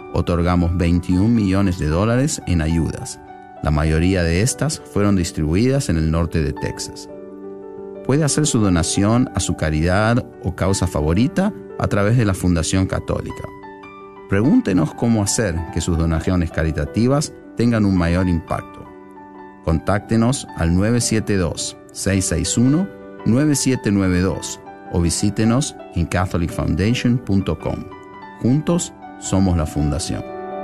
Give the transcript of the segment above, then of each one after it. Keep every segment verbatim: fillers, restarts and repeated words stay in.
otorgamos veintiún millones de dólares en ayudas. La mayoría de estas fueron distribuidas en el norte de Texas. Puede hacer su donación a su caridad o causa favorita a través de la Fundación Católica. Pregúntenos cómo hacer que sus donaciones caritativas tengan un mayor impacto. Contáctenos al nueve siete dos, seis seis uno, nueve siete nueve dos o visítenos en catholic foundation punto com. Juntos somos la Fundación.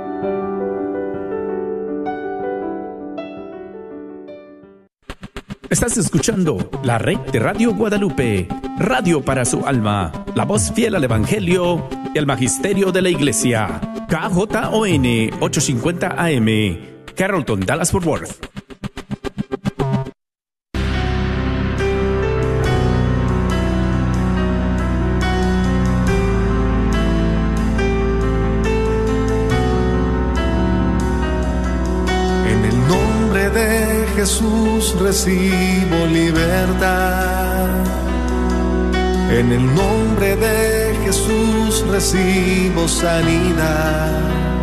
Estás escuchando la red de Radio Guadalupe, radio para su alma, la voz fiel al Evangelio y al Magisterio de la Iglesia. K J O N ochocientos cincuenta A M, Carrollton, Dallas-Fort Worth. Jesús, recibo libertad. En el nombre de Jesús recibo sanidad.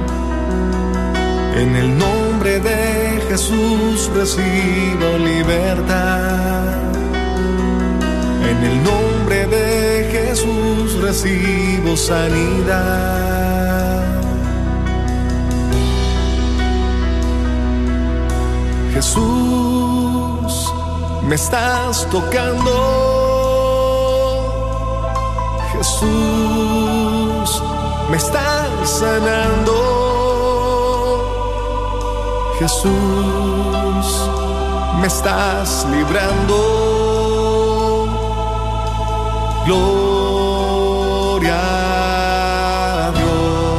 En el nombre de Jesús recibo libertad. En el nombre de Jesús recibo sanidad. Jesús, me estás tocando. Jesús, me estás sanando. Jesús, me estás librando. Gloria a Dios.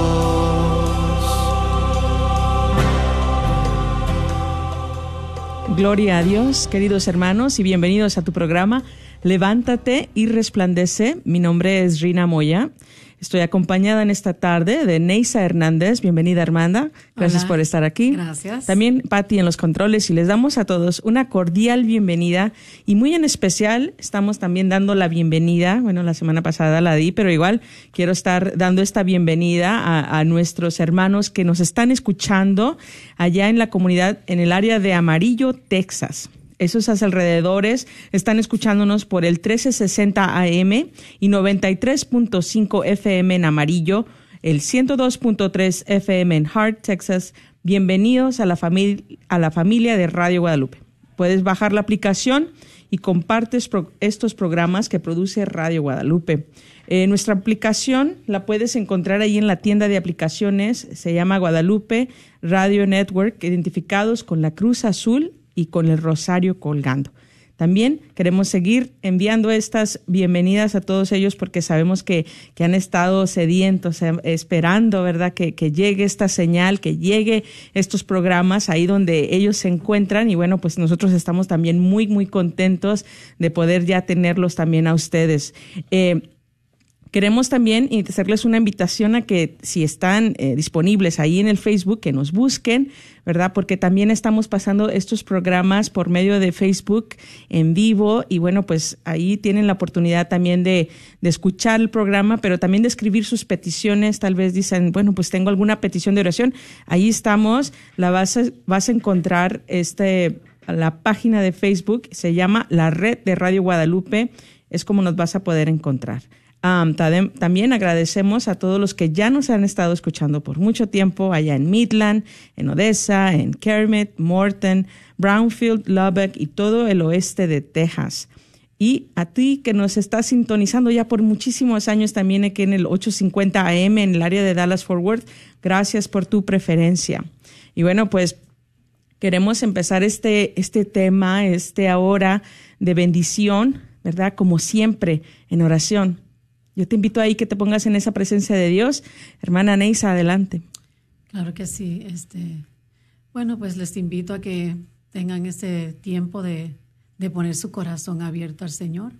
Gloria a Dios, queridos hermanos, y bienvenidos a tu programa Levántate y Resplandece. Mi nombre es Rina Moya. Estoy acompañada en esta tarde de Neisa Hernández. Bienvenida, Armanda. Gracias. Hola. Por estar aquí. Gracias. También Patti en los controles, y les damos a todos una cordial bienvenida, y muy en especial estamos también dando la bienvenida, bueno, la semana pasada la di, pero igual quiero estar dando esta bienvenida a, a nuestros hermanos que nos están escuchando allá en la comunidad, en el área de Amarillo, Texas. Esos alrededores están escuchándonos por el trece sesenta A M y noventa y tres punto cinco F M en Amarillo, el ciento dos punto tres F M en Hart, Texas. Bienvenidos a la, familia, a la familia de Radio Guadalupe. Puedes bajar la aplicación y compartes pro, estos programas que produce Radio Guadalupe. Eh, nuestra aplicación la puedes encontrar ahí en la tienda de aplicaciones. Se llama Guadalupe Radio Network, identificados con la cruz azul y con el rosario colgando. También queremos seguir enviando estas bienvenidas a todos ellos, porque sabemos que, que han estado sedientos, eh, esperando, ¿verdad?, que, que llegue esta señal, que llegue estos programas ahí donde ellos se encuentran. Y bueno, pues nosotros estamos también muy, muy contentos de poder ya tenerlos también a ustedes. Eh, Queremos también hacerles una invitación a que, si están eh, disponibles ahí en el Facebook, que nos busquen, ¿verdad? Porque también estamos pasando estos programas por medio de Facebook en vivo, y bueno, pues ahí tienen la oportunidad también de, de escuchar el programa, pero también de escribir sus peticiones. Tal vez dicen, bueno, pues tengo alguna petición de oración. Ahí estamos, la vas a, vas a encontrar este, la página de Facebook, se llama La Red de Radio Guadalupe, es como nos vas a poder encontrar. Um, también agradecemos a todos los que ya nos han estado escuchando por mucho tiempo allá en Midland, en Odessa, en Kermit, Morton, Brownfield, Lubbock y todo el oeste de Texas. Y a ti que nos estás sintonizando ya por muchísimos años también aquí en el ochocientos cincuenta A M en el área de Dallas-Fort Worth, gracias por tu preferencia. Y bueno, pues queremos empezar este, este tema, este hora de bendición, ¿verdad? Como siempre, en oración. Yo te invito ahí que te pongas en esa presencia de Dios. Hermana Neisa, adelante. Claro que sí. Este, bueno, pues les invito a que tengan este tiempo de, de poner su corazón abierto al Señor.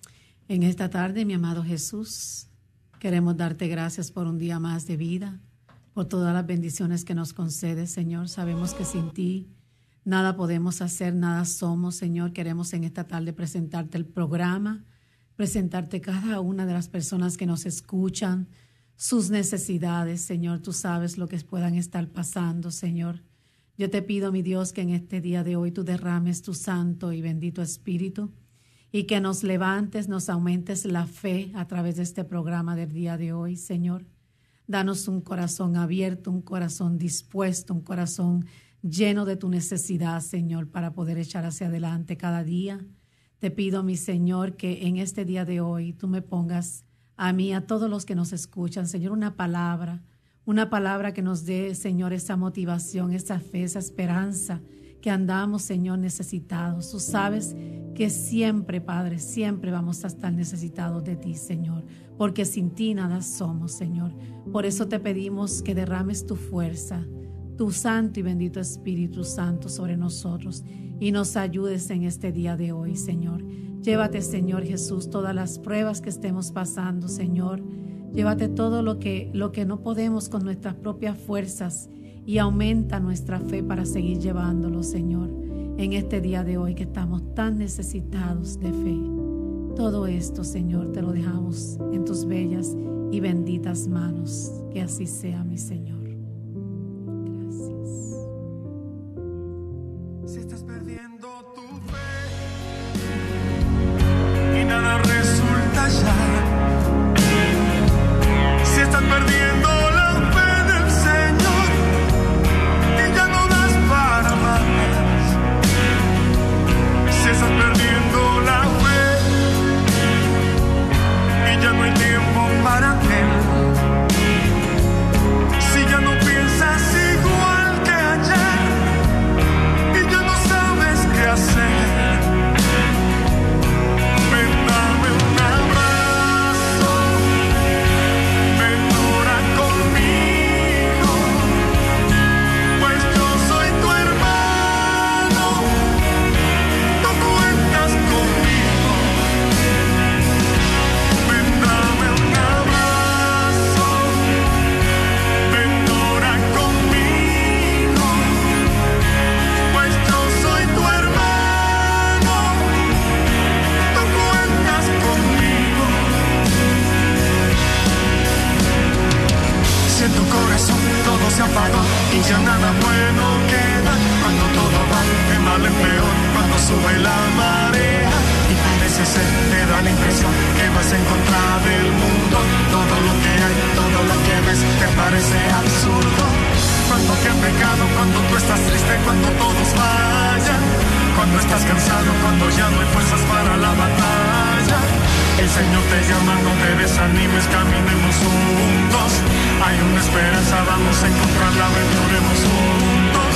En esta tarde, mi amado Jesús, queremos darte gracias por un día más de vida, por todas las bendiciones que nos concedes, Señor. Sabemos que sin ti nada podemos hacer, nada somos, Señor. Queremos en esta tarde presentarte el programa, presentarte cada una de las personas que nos escuchan, sus necesidades, Señor. Tú sabes lo que puedan estar pasando, Señor. Yo te pido, mi Dios, que en este día de hoy tú derrames tu santo y bendito Espíritu y que nos levantes, nos aumentes la fe a través de este programa del día de hoy, Señor. Danos un corazón abierto, un corazón dispuesto, un corazón lleno de tu necesidad, Señor, para poder echar hacia adelante cada día. Te pido, mi Señor, que en este día de hoy tú me pongas a mí, a todos los que nos escuchan, Señor, una palabra, una palabra que nos dé, Señor, esa motivación, esa fe, esa esperanza que andamos, Señor, necesitados. Tú sabes que siempre, Padre, siempre vamos a estar necesitados de ti, Señor, porque sin ti nada somos, Señor. Por eso te pedimos que derrames tu fuerza, tu santo y bendito Espíritu Santo sobre nosotros y nos ayudes en este día de hoy, Señor. Llévate, Señor Jesús, todas las pruebas que estemos pasando, Señor. Llévate todo lo que, lo que no podemos con nuestras propias fuerzas y aumenta nuestra fe para seguir llevándolo, Señor, en este día de hoy que estamos tan necesitados de fe. Todo esto, Señor, te lo dejamos en tus bellas y benditas manos. Que así sea, mi Señor. Gracias. Si estás perdiendo tu fe y nada resulta ya, si estás perdiendo la fe del Señor y ya no das para más, si estás perdiendo la fe y ya no hay tiempo para Él, si ya no piensas igual que ayer y ya no sabes qué hacer, ven, dame un abrazo, ven, ora conmigo, pues yo soy tu hermano, tú cuentas conmigo. Ven, dame un abrazo, ven, ora conmigo, pues yo soy tu hermano, tú cuentas conmigo. Si en tu corazón todo se apagó y ya nada bueno queda, cuando todo va de mal en peor, cuando sube la marea y parece ser, te da la impresión que vas en contra del mundo, todo lo que hay, todo lo que ves te parece absurdo. Cuando te han pecado, cuando tú estás triste, cuando todos vayan, cuando estás cansado, cuando ya no hay fuerzas para la batalla, el Señor te llama, no te desanimes, caminemos juntos. Hay una esperanza, vamos a encontrarla, aventuremos juntos.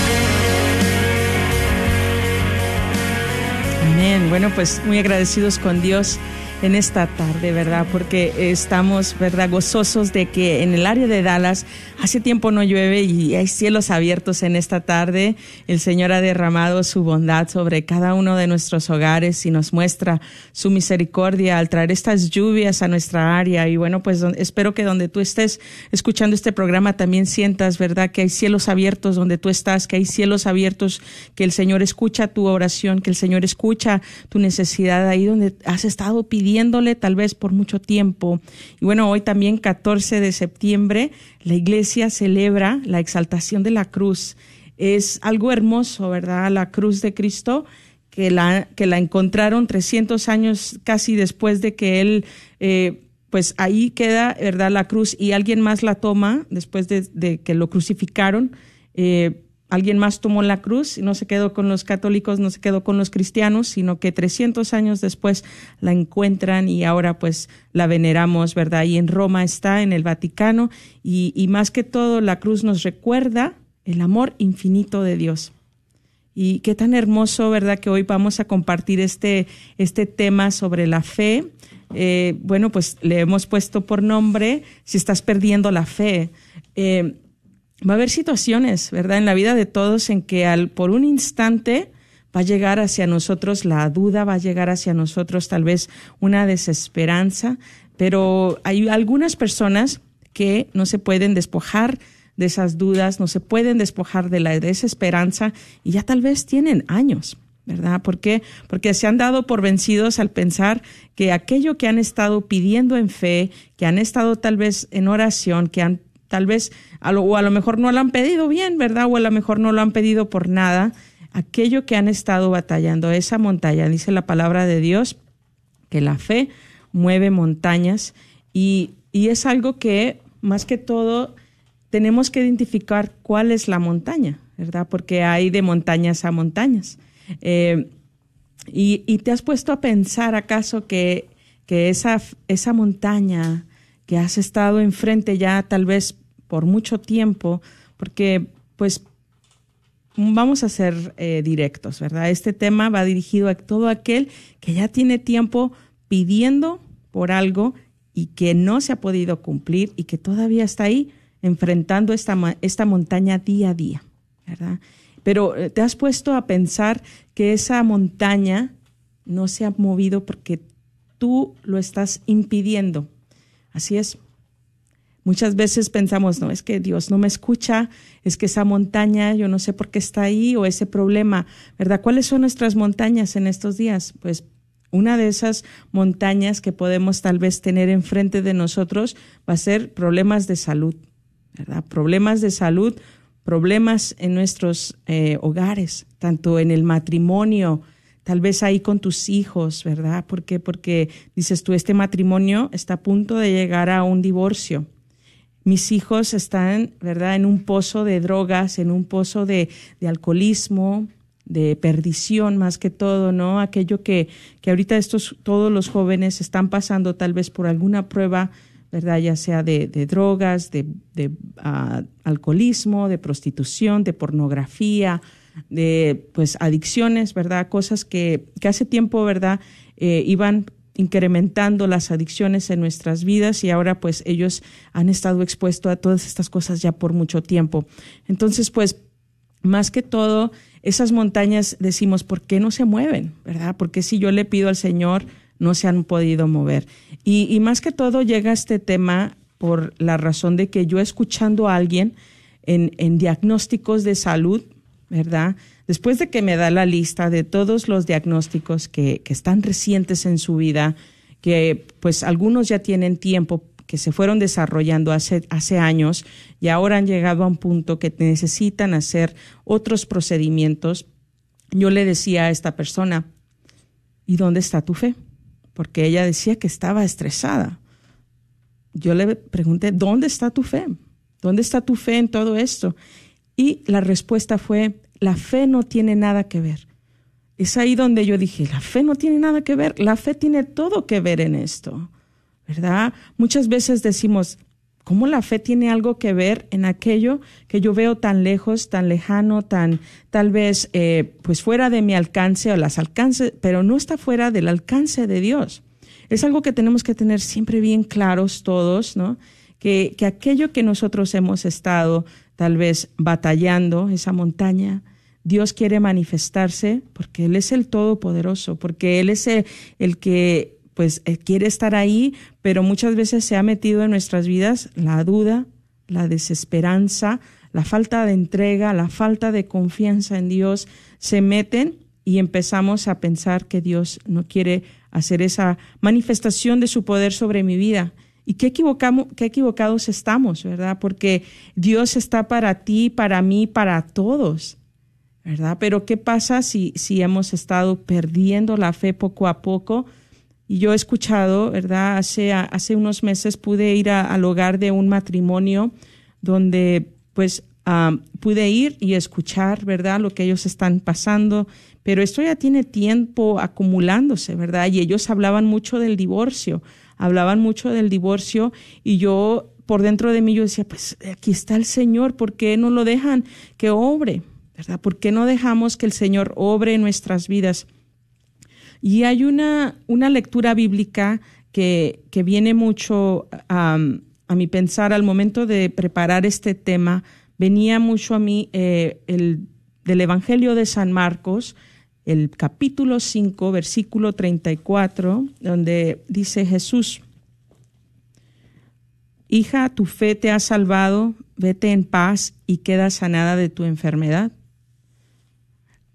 Amén. Bueno, pues muy agradecidos con Dios en esta tarde, ¿verdad? Porque estamos, ¿verdad?, gozosos de que en el área de Dallas hace tiempo no llueve y hay cielos abiertos en esta tarde. El Señor ha derramado su bondad sobre cada uno de nuestros hogares y nos muestra su misericordia al traer estas lluvias a nuestra área. Y bueno, pues espero que donde tú estés escuchando este programa también sientas, ¿verdad?, que hay cielos abiertos donde tú estás, que hay cielos abiertos, que el Señor escucha tu oración, que el Señor escucha tu necesidad ahí donde has estado pidiendo pidiéndole tal vez por mucho tiempo. Y bueno, hoy también catorce de septiembre la iglesia celebra la exaltación de la cruz. Es algo hermoso, ¿verdad? La cruz de Cristo, que la, que la encontraron trescientos años casi después de que él, eh, pues ahí queda, ¿verdad?, la cruz, y alguien más la toma después de, de que lo crucificaron. Eh, Alguien más tomó la cruz y no se quedó con los católicos, no se quedó con los cristianos, sino que trescientos años después la encuentran y ahora pues la veneramos, ¿verdad? Y en Roma está, en el Vaticano, y, y más que todo la cruz nos recuerda el amor infinito de Dios. Y qué tan hermoso, ¿verdad?, que hoy vamos a compartir este, este tema sobre la fe. Eh, bueno, pues le hemos puesto por nombre, si estás perdiendo la fe. Eh, Va a haber situaciones, ¿verdad?, en la vida de todos en que al, por un instante va a llegar hacia nosotros la duda, va a llegar hacia nosotros tal vez una desesperanza, pero hay algunas personas que no se pueden despojar de esas dudas, no se pueden despojar de la desesperanza y ya tal vez tienen años, ¿verdad? ¿Por qué? Porque se han dado por vencidos al pensar que aquello que han estado pidiendo en fe, que han estado tal vez en oración, que han tal vez, a lo, o a lo mejor no lo han pedido bien, ¿verdad? O a lo mejor no lo han pedido por nada, aquello que han estado batallando, esa montaña, dice la palabra de Dios, que la fe mueve montañas y, y es algo que más que todo tenemos que identificar cuál es la montaña, ¿verdad? Porque hay de montañas a montañas. Eh, y, y te has puesto a pensar acaso que, que esa, esa montaña que has estado enfrente ya tal vez por mucho tiempo, porque pues vamos a ser eh, directos, ¿verdad? Este tema va dirigido a todo aquel que ya tiene tiempo pidiendo por algo y que no se ha podido cumplir y que todavía está ahí enfrentando esta, esta montaña día a día, ¿verdad? Pero te has puesto a pensar que esa montaña no se ha movido porque tú lo estás impidiendo. Así es. Muchas veces pensamos, no, es que Dios no me escucha, es que esa montaña, yo no sé por qué está ahí, o ese problema, ¿verdad? ¿Cuáles son nuestras montañas en estos días? Pues una de esas montañas que podemos tal vez tener enfrente de nosotros va a ser problemas de salud, ¿verdad? Problemas de salud, problemas en nuestros eh, hogares, tanto en el matrimonio, tal vez ahí con tus hijos, ¿verdad? ¿Por qué? Porque dices tú, este matrimonio está a punto de llegar a un divorcio. Mis hijos están, ¿verdad?, en un pozo de drogas, en un pozo de, de alcoholismo, de perdición más que todo, ¿no? Aquello que, que ahorita estos, todos los jóvenes están pasando tal vez por alguna prueba, ¿verdad? Ya sea de, de drogas, de, de uh, alcoholismo, de prostitución, de pornografía, de pues adicciones, ¿verdad? Cosas que, que hace tiempo, ¿verdad?, eh, iban incrementando las adicciones en nuestras vidas y ahora pues ellos han estado expuestos a todas estas cosas ya por mucho tiempo. Entonces pues más que todo esas montañas decimos, ¿por qué no se mueven? ¿Verdad? Porque si yo le pido al Señor no se han podido mover. Y, y más que todo llega este tema por la razón de que yo escuchando a alguien en, en diagnósticos de salud, ¿verdad? Después de que me da la lista de todos los diagnósticos que, que están recientes en su vida, que pues algunos ya tienen tiempo, que se fueron desarrollando hace, hace años y ahora han llegado a un punto que necesitan hacer otros procedimientos, yo le decía a esta persona, ¿y dónde está tu fe? Porque ella decía que estaba estresada. Yo le pregunté, ¿dónde está tu fe? ¿Dónde está tu fe en todo esto? Y la respuesta fue, la fe no tiene nada que ver. Es ahí donde yo dije, la fe no tiene nada que ver, la fe tiene todo que ver en esto, ¿verdad? Muchas veces decimos, ¿cómo la fe tiene algo que ver en aquello que yo veo tan lejos, tan lejano, tan tal vez eh, pues fuera de mi alcance o las alcance, pero no está fuera del alcance de Dios? Es algo que tenemos que tener siempre bien claros todos, ¿no? Que, que aquello que nosotros hemos estado tal vez batallando, esa montaña, Dios quiere manifestarse porque Él es el Todopoderoso, porque Él es el, el que pues quiere estar ahí, pero muchas veces se ha metido en nuestras vidas la duda, la desesperanza, la falta de entrega, la falta de confianza en Dios, se meten y empezamos a pensar que Dios no quiere hacer esa manifestación de su poder sobre mi vida. Y qué equivocamos, qué equivocados estamos, ¿verdad? Porque Dios está para ti, para mí, para todos, ¿verdad? Pero ¿qué pasa si, si hemos estado perdiendo la fe poco a poco? Y yo he escuchado, ¿verdad? Hace, hace unos meses pude ir a, al hogar de un matrimonio donde pues um, pude ir y escuchar, ¿verdad? Lo que ellos están pasando, pero esto ya tiene tiempo acumulándose, ¿verdad? Y ellos hablaban mucho del divorcio, hablaban mucho del divorcio y yo por dentro de mí yo decía, pues aquí está el Señor, ¿por qué no lo dejan que obre? ¿Verdad? ¿Por qué no dejamos que el Señor obre en nuestras vidas? Y hay una, una lectura bíblica que, que viene mucho um, a mi pensar al momento de preparar este tema, venía mucho a mí eh, el, del Evangelio de San Marcos, el capítulo cinco, versículo treinta y cuatro, donde dice Jesús, hija, tu fe te ha salvado, vete en paz y queda sanada de tu enfermedad.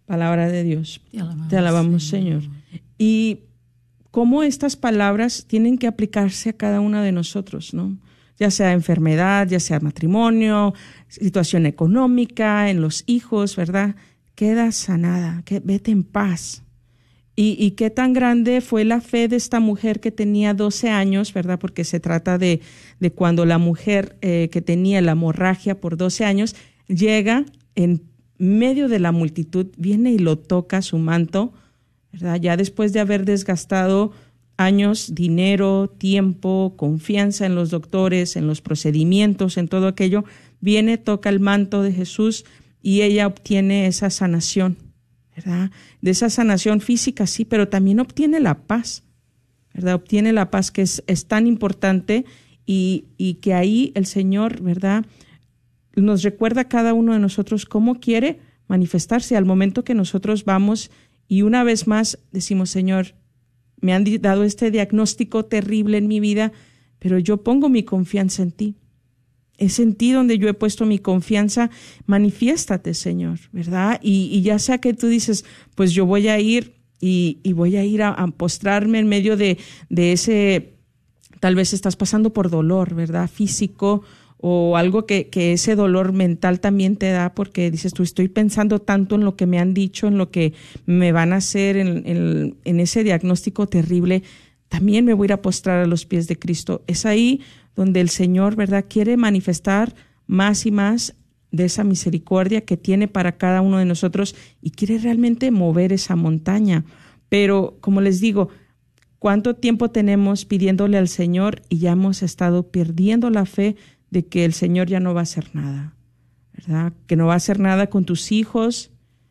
Palabra de Dios. Te alabamos, Te alabamos, Señor. Señor. Y cómo estas palabras tienen que aplicarse a cada una de nosotros, ¿no? Ya sea enfermedad, ya sea matrimonio, situación económica, en los hijos, ¿verdad? Queda sanada, que vete en paz. Y, y qué tan grande fue la fe de esta mujer que tenía doce años, ¿verdad? Porque se trata de, de cuando la mujer eh, que tenía la hemorragia por doce años llega en medio de la multitud, viene y lo toca su manto, ¿verdad? Ya después de haber desgastado años, dinero, tiempo, confianza en los doctores, en los procedimientos, en todo aquello, viene, toca el manto de Jesús y ella obtiene esa sanación, ¿verdad? De esa sanación física, sí, pero también obtiene la paz, ¿verdad? Obtiene la paz que es, es tan importante y, y que ahí el Señor, ¿verdad?, nos recuerda a cada uno de nosotros cómo quiere manifestarse al momento que nosotros vamos y una vez más decimos, Señor, me han dado este diagnóstico terrible en mi vida, pero yo pongo mi confianza en ti. Es en ti donde yo he puesto mi confianza. Manifiéstate, Señor, ¿verdad? Y, y ya sea que tú dices, pues yo voy a ir y, y voy a ir a, a postrarme en medio de, de ese, tal vez estás pasando por dolor, ¿verdad? Físico o algo que, que ese dolor mental también te da porque dices tú, estoy pensando tanto en lo que me han dicho, en lo que me van a hacer, en, en, en ese diagnóstico terrible. También me voy a ir a postrar a los pies de Cristo. Es ahí donde el Señor, ¿verdad?, quiere manifestar más y más de esa misericordia que tiene para cada uno de nosotros y quiere realmente mover esa montaña. Pero, como les digo, ¿cuánto tiempo tenemos pidiéndole al Señor y ya hemos estado perdiendo la fe de que el Señor ya no va a hacer nada, ¿verdad? Que no va a hacer nada con tus hijos,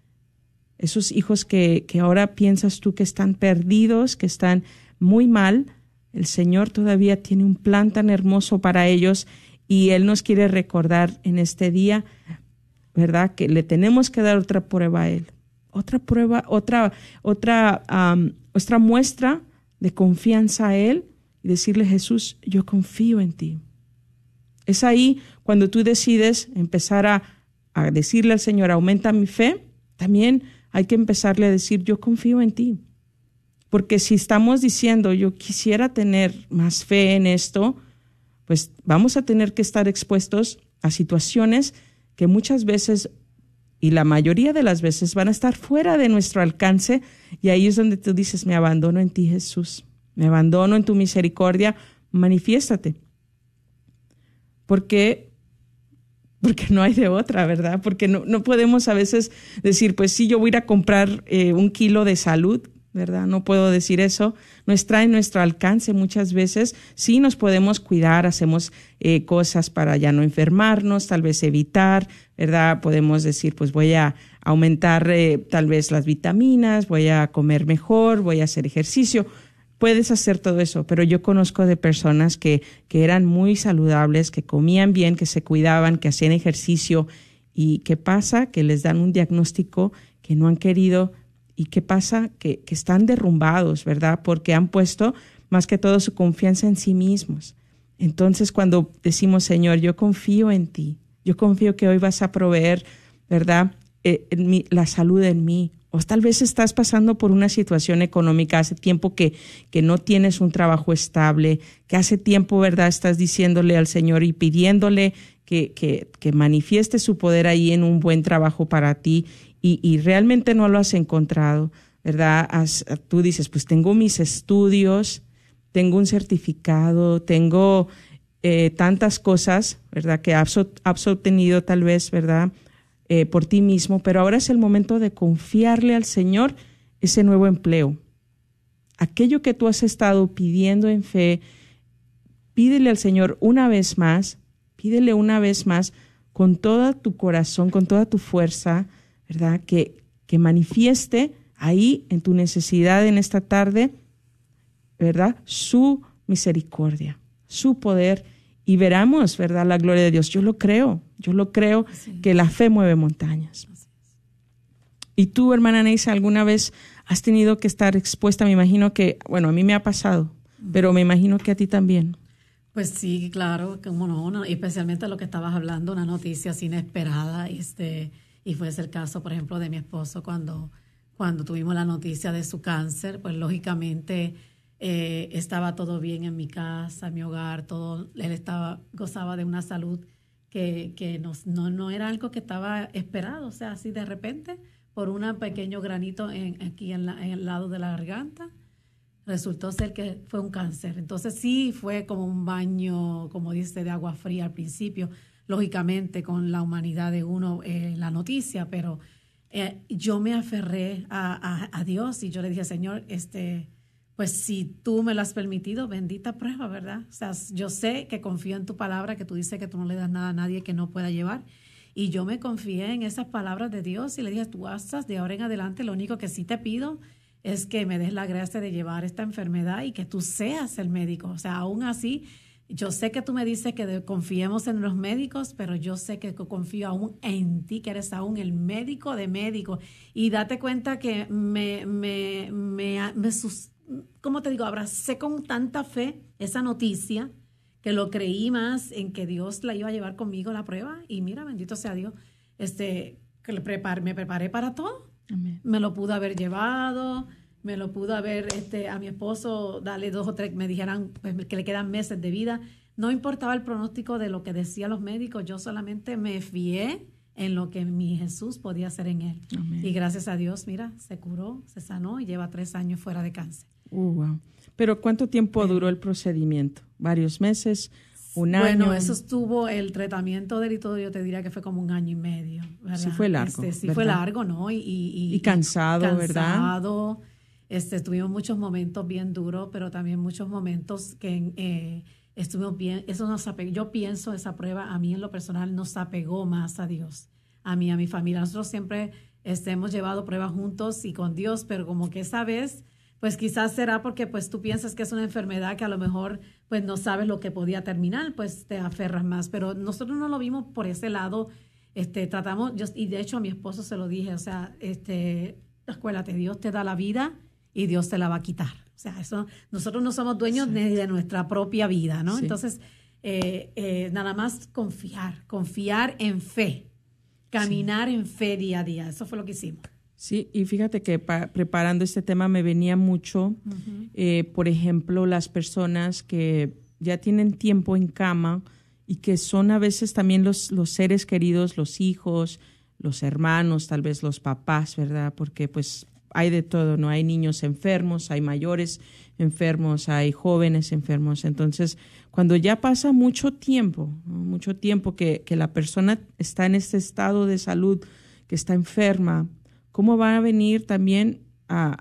esos hijos que, que ahora piensas tú que están perdidos, que están muy mal. El Señor todavía tiene un plan tan hermoso para ellos y Él nos quiere recordar en este día, ¿verdad?, que le tenemos que dar otra prueba a Él, otra prueba, otra, otra, um, otra muestra de confianza a Él y decirle, Jesús, yo confío en ti. Es ahí cuando tú decides empezar a, a decirle al Señor, aumenta mi fe, también hay que empezarle a decir, yo confío en ti. Porque si estamos diciendo, yo quisiera tener más fe en esto, pues vamos a tener que estar expuestos a situaciones que muchas veces, y la mayoría de las veces, van a estar fuera de nuestro alcance, y ahí es donde tú dices, me abandono en ti, Jesús, me abandono en tu misericordia, manifiéstate. Porque, porque no hay de otra, ¿verdad? Porque no, no podemos a veces decir, pues sí, yo voy a ir a comprar eh, un kilo de salud, ¿verdad? No puedo decir eso. No está en nuestro alcance muchas veces. Sí nos podemos cuidar, hacemos eh, cosas para ya no enfermarnos, tal vez evitar, ¿verdad? Podemos decir, pues voy a aumentar eh, tal vez las vitaminas, voy a comer mejor, voy a hacer ejercicio. Puedes hacer todo eso, pero yo conozco de personas que, que eran muy saludables, que comían bien, que se cuidaban, que hacían ejercicio. ¿Y qué pasa? Que les dan un diagnóstico que no han querido. ¿Y qué pasa? Que, que están derrumbados, ¿verdad? Porque han puesto más que todo su confianza en sí mismos. Entonces, cuando decimos, Señor, yo confío en ti, yo confío que hoy vas a proveer, ¿verdad?, eh, en mi, la salud en mí. O tal vez estás pasando por una situación económica, hace tiempo que, que no tienes un trabajo estable, que hace tiempo, ¿verdad?, estás diciéndole al Señor y pidiéndole que, que, que manifieste su poder ahí en un buen trabajo para ti y, y realmente no lo has encontrado, ¿verdad? Has, tú dices, pues tengo mis estudios, tengo un certificado, tengo eh, tantas cosas, ¿verdad?, que has, has obtenido tal vez, ¿verdad?, Eh, por ti mismo, pero ahora es el momento de confiarle al Señor ese nuevo empleo. Aquello que tú has estado pidiendo en fe, pídele al Señor una vez más, pídele una vez más con todo tu corazón, con toda tu fuerza, ¿verdad? Que, que manifieste ahí en tu necesidad en esta tarde, ¿verdad?, su misericordia, su poder. Y veramos, ¿verdad?, la gloria de Dios. Yo lo creo, yo lo creo, sí, que la fe mueve montañas. Y tú, hermana Neisa, ¿alguna vez has tenido que estar expuesta? Me imagino que, bueno, a mí me ha pasado, pero me imagino que a ti también. Pues sí, claro, como no, no, especialmente lo que estabas hablando, una noticia así inesperada, este, Y fue ese el caso, por ejemplo, de mi esposo cuando, cuando tuvimos la noticia de su cáncer, pues lógicamente eh, estaba todo bien en mi casa, en mi hogar, todo, él estaba, gozaba de una salud que, que nos, no, no era algo que estaba esperado, o sea, así de repente, por un pequeño granito en, aquí en, la, en el lado de la garganta, resultó ser que fue un cáncer. Entonces sí fue como un baño, como dice, de agua fría al principio, lógicamente con la humanidad de uno, eh, la noticia, pero eh, yo me aferré a, a, a Dios y yo le dije, Señor, este, pues si tú me lo has permitido, bendita prueba, ¿verdad? O sea, yo sé que confío en tu palabra, que tú dices que tú no le das nada a nadie que no pueda llevar. Y yo me confié en esas palabras de Dios y le dije, tú haces de ahora en adelante, lo único que sí te pido es que me des la gracia de llevar esta enfermedad y que tú seas el médico. O sea, aún así, yo sé que tú me dices que de, confiemos en los médicos, pero yo sé que confío aún en ti, que eres aún el médico de médicos. Y date cuenta que me, me, me, me sus, ¿cómo te digo? Abracé con tanta fe esa noticia que lo creí más en que Dios la iba a llevar conmigo la prueba. Y mira, bendito sea Dios, este, que le prepar, me preparé para todo. Amén. Me lo pudo haber llevado, me lo pudo haber, este, a mi esposo, darle dos o tres, me dijeran pues, que le quedan meses de vida. No importaba el pronóstico de lo que decían los médicos, yo solamente me fié en lo que mi Jesús podía hacer en él. Amén. Y gracias a Dios, mira, se curó, se sanó y lleva tres años fuera de cáncer. Uh, wow. Pero ¿cuánto tiempo duró el procedimiento? ¿Varios meses? ¿Un año? Bueno, eso estuvo, el tratamiento del y todo, yo te diría que fue como un año y medio, ¿verdad? Sí fue largo, este, Sí ¿verdad? fue largo, ¿no? Y, y, y cansado, cansado, ¿verdad? Cansado. Este, tuvimos muchos momentos bien duros, pero también muchos momentos que eh, estuvimos bien. Eso nos apegó. Yo pienso, esa prueba, a mí en lo personal, nos apegó más a Dios, a mí, a mi familia. Nosotros siempre este, hemos llevado pruebas juntos y con Dios, pero como que esa vez... pues quizás será porque pues tú piensas que es una enfermedad que a lo mejor pues no sabes lo que podía terminar, pues te aferras más, pero nosotros no lo vimos por ese lado, este, tratamos, yo, y de hecho a mi esposo se lo dije, o sea, este, acuérdate, Dios te da la vida y Dios te la va a quitar, o sea, eso, nosotros no somos dueños sí. ni de nuestra propia vida, ¿no? Sí. Entonces, eh, eh, nada más confiar, confiar en fe, caminar sí. en fe día a día, eso fue lo que hicimos. Sí, y fíjate que pa- preparando este tema me venía mucho, uh-huh. eh, por ejemplo, las personas que ya tienen tiempo en cama y que son a veces también los, los seres queridos, los hijos, los hermanos, tal vez los papás, ¿verdad? Porque pues hay de todo, ¿no? Hay niños enfermos, hay mayores enfermos, hay jóvenes enfermos. Entonces, cuando ya pasa mucho tiempo, ¿no? mucho tiempo que, que la persona está en este estado de salud, que está enferma, ¿cómo va a venir también a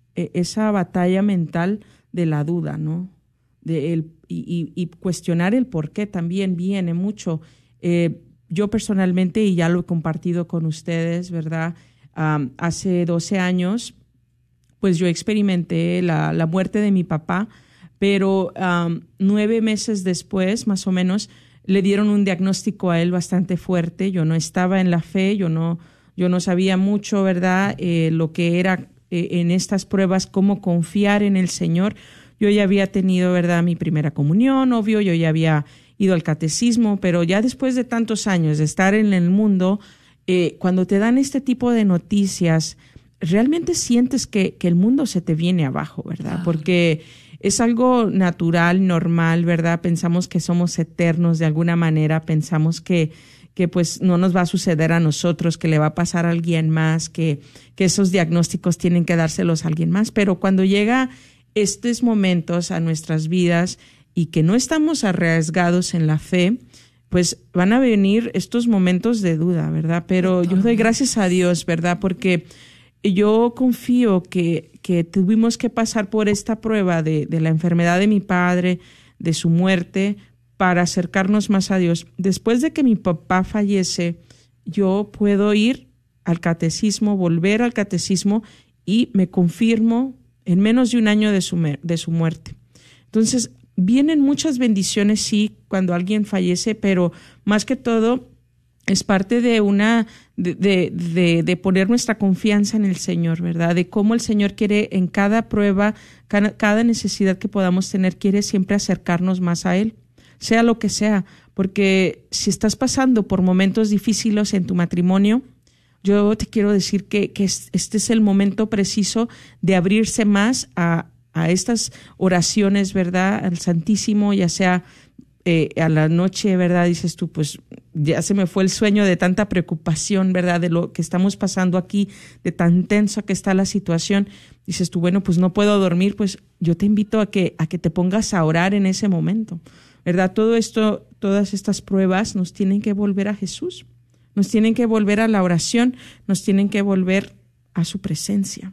esa batalla mental de la duda, ¿no? De el, y, y, y cuestionar el por qué también viene mucho. Eh, yo personalmente, y ya lo he compartido con ustedes, ¿verdad? Um, hace doce años, pues yo experimenté la, la muerte de mi papá, pero um, nueve meses después, más o menos, le dieron un diagnóstico a él bastante fuerte. Yo no estaba en la fe, yo no... Yo no sabía mucho, ¿verdad?, eh, lo que era eh, en estas pruebas, cómo confiar en el Señor. Yo ya había tenido, ¿verdad?, mi primera comunión, obvio, yo ya había ido al catecismo, pero ya después de tantos años de estar en el mundo, eh, cuando te dan este tipo de noticias, realmente sientes que, que el mundo se te viene abajo, ¿verdad? Porque es algo natural, normal, ¿verdad? Pensamos que somos eternos de alguna manera, pensamos que que pues no nos va a suceder a nosotros, que le va a pasar a alguien más, que, que esos diagnósticos tienen que dárselos a alguien más. Pero cuando llega estos momentos a nuestras vidas y que no estamos arriesgados en la fe, pues van a venir estos momentos de duda, ¿verdad? Pero yo doy gracias a Dios, ¿verdad? Porque yo confío que, que tuvimos que pasar por esta prueba de, de la enfermedad de mi padre, de su muerte, para acercarnos más a Dios. Después de que mi papá fallece, yo puedo ir al catecismo, volver al catecismo y me confirmo en menos de un año de su, de su muerte. Entonces, vienen muchas bendiciones, sí, cuando alguien fallece, pero más que todo es parte de una de, de, de, de poner nuestra confianza en el Señor, ¿verdad? De cómo el Señor quiere en cada prueba, cada, cada necesidad que podamos tener, quiere siempre acercarnos más a Él, sea lo que sea, porque si estás pasando por momentos difíciles en tu matrimonio, yo te quiero decir que, que este es el momento preciso de abrirse más a, a estas oraciones, ¿verdad? Al Santísimo, ya sea eh, a la noche, ¿verdad? Dices tú, pues ya se me fue el sueño de tanta preocupación, ¿verdad? De lo que estamos pasando aquí, de tan tensa que está la situación. Dices tú, bueno, pues no puedo dormir, pues yo te invito a que, a que te pongas a orar en ese momento, ¿verdad? Todo esto, todas estas pruebas nos tienen que volver a Jesús, nos tienen que volver a la oración, nos tienen que volver a su presencia.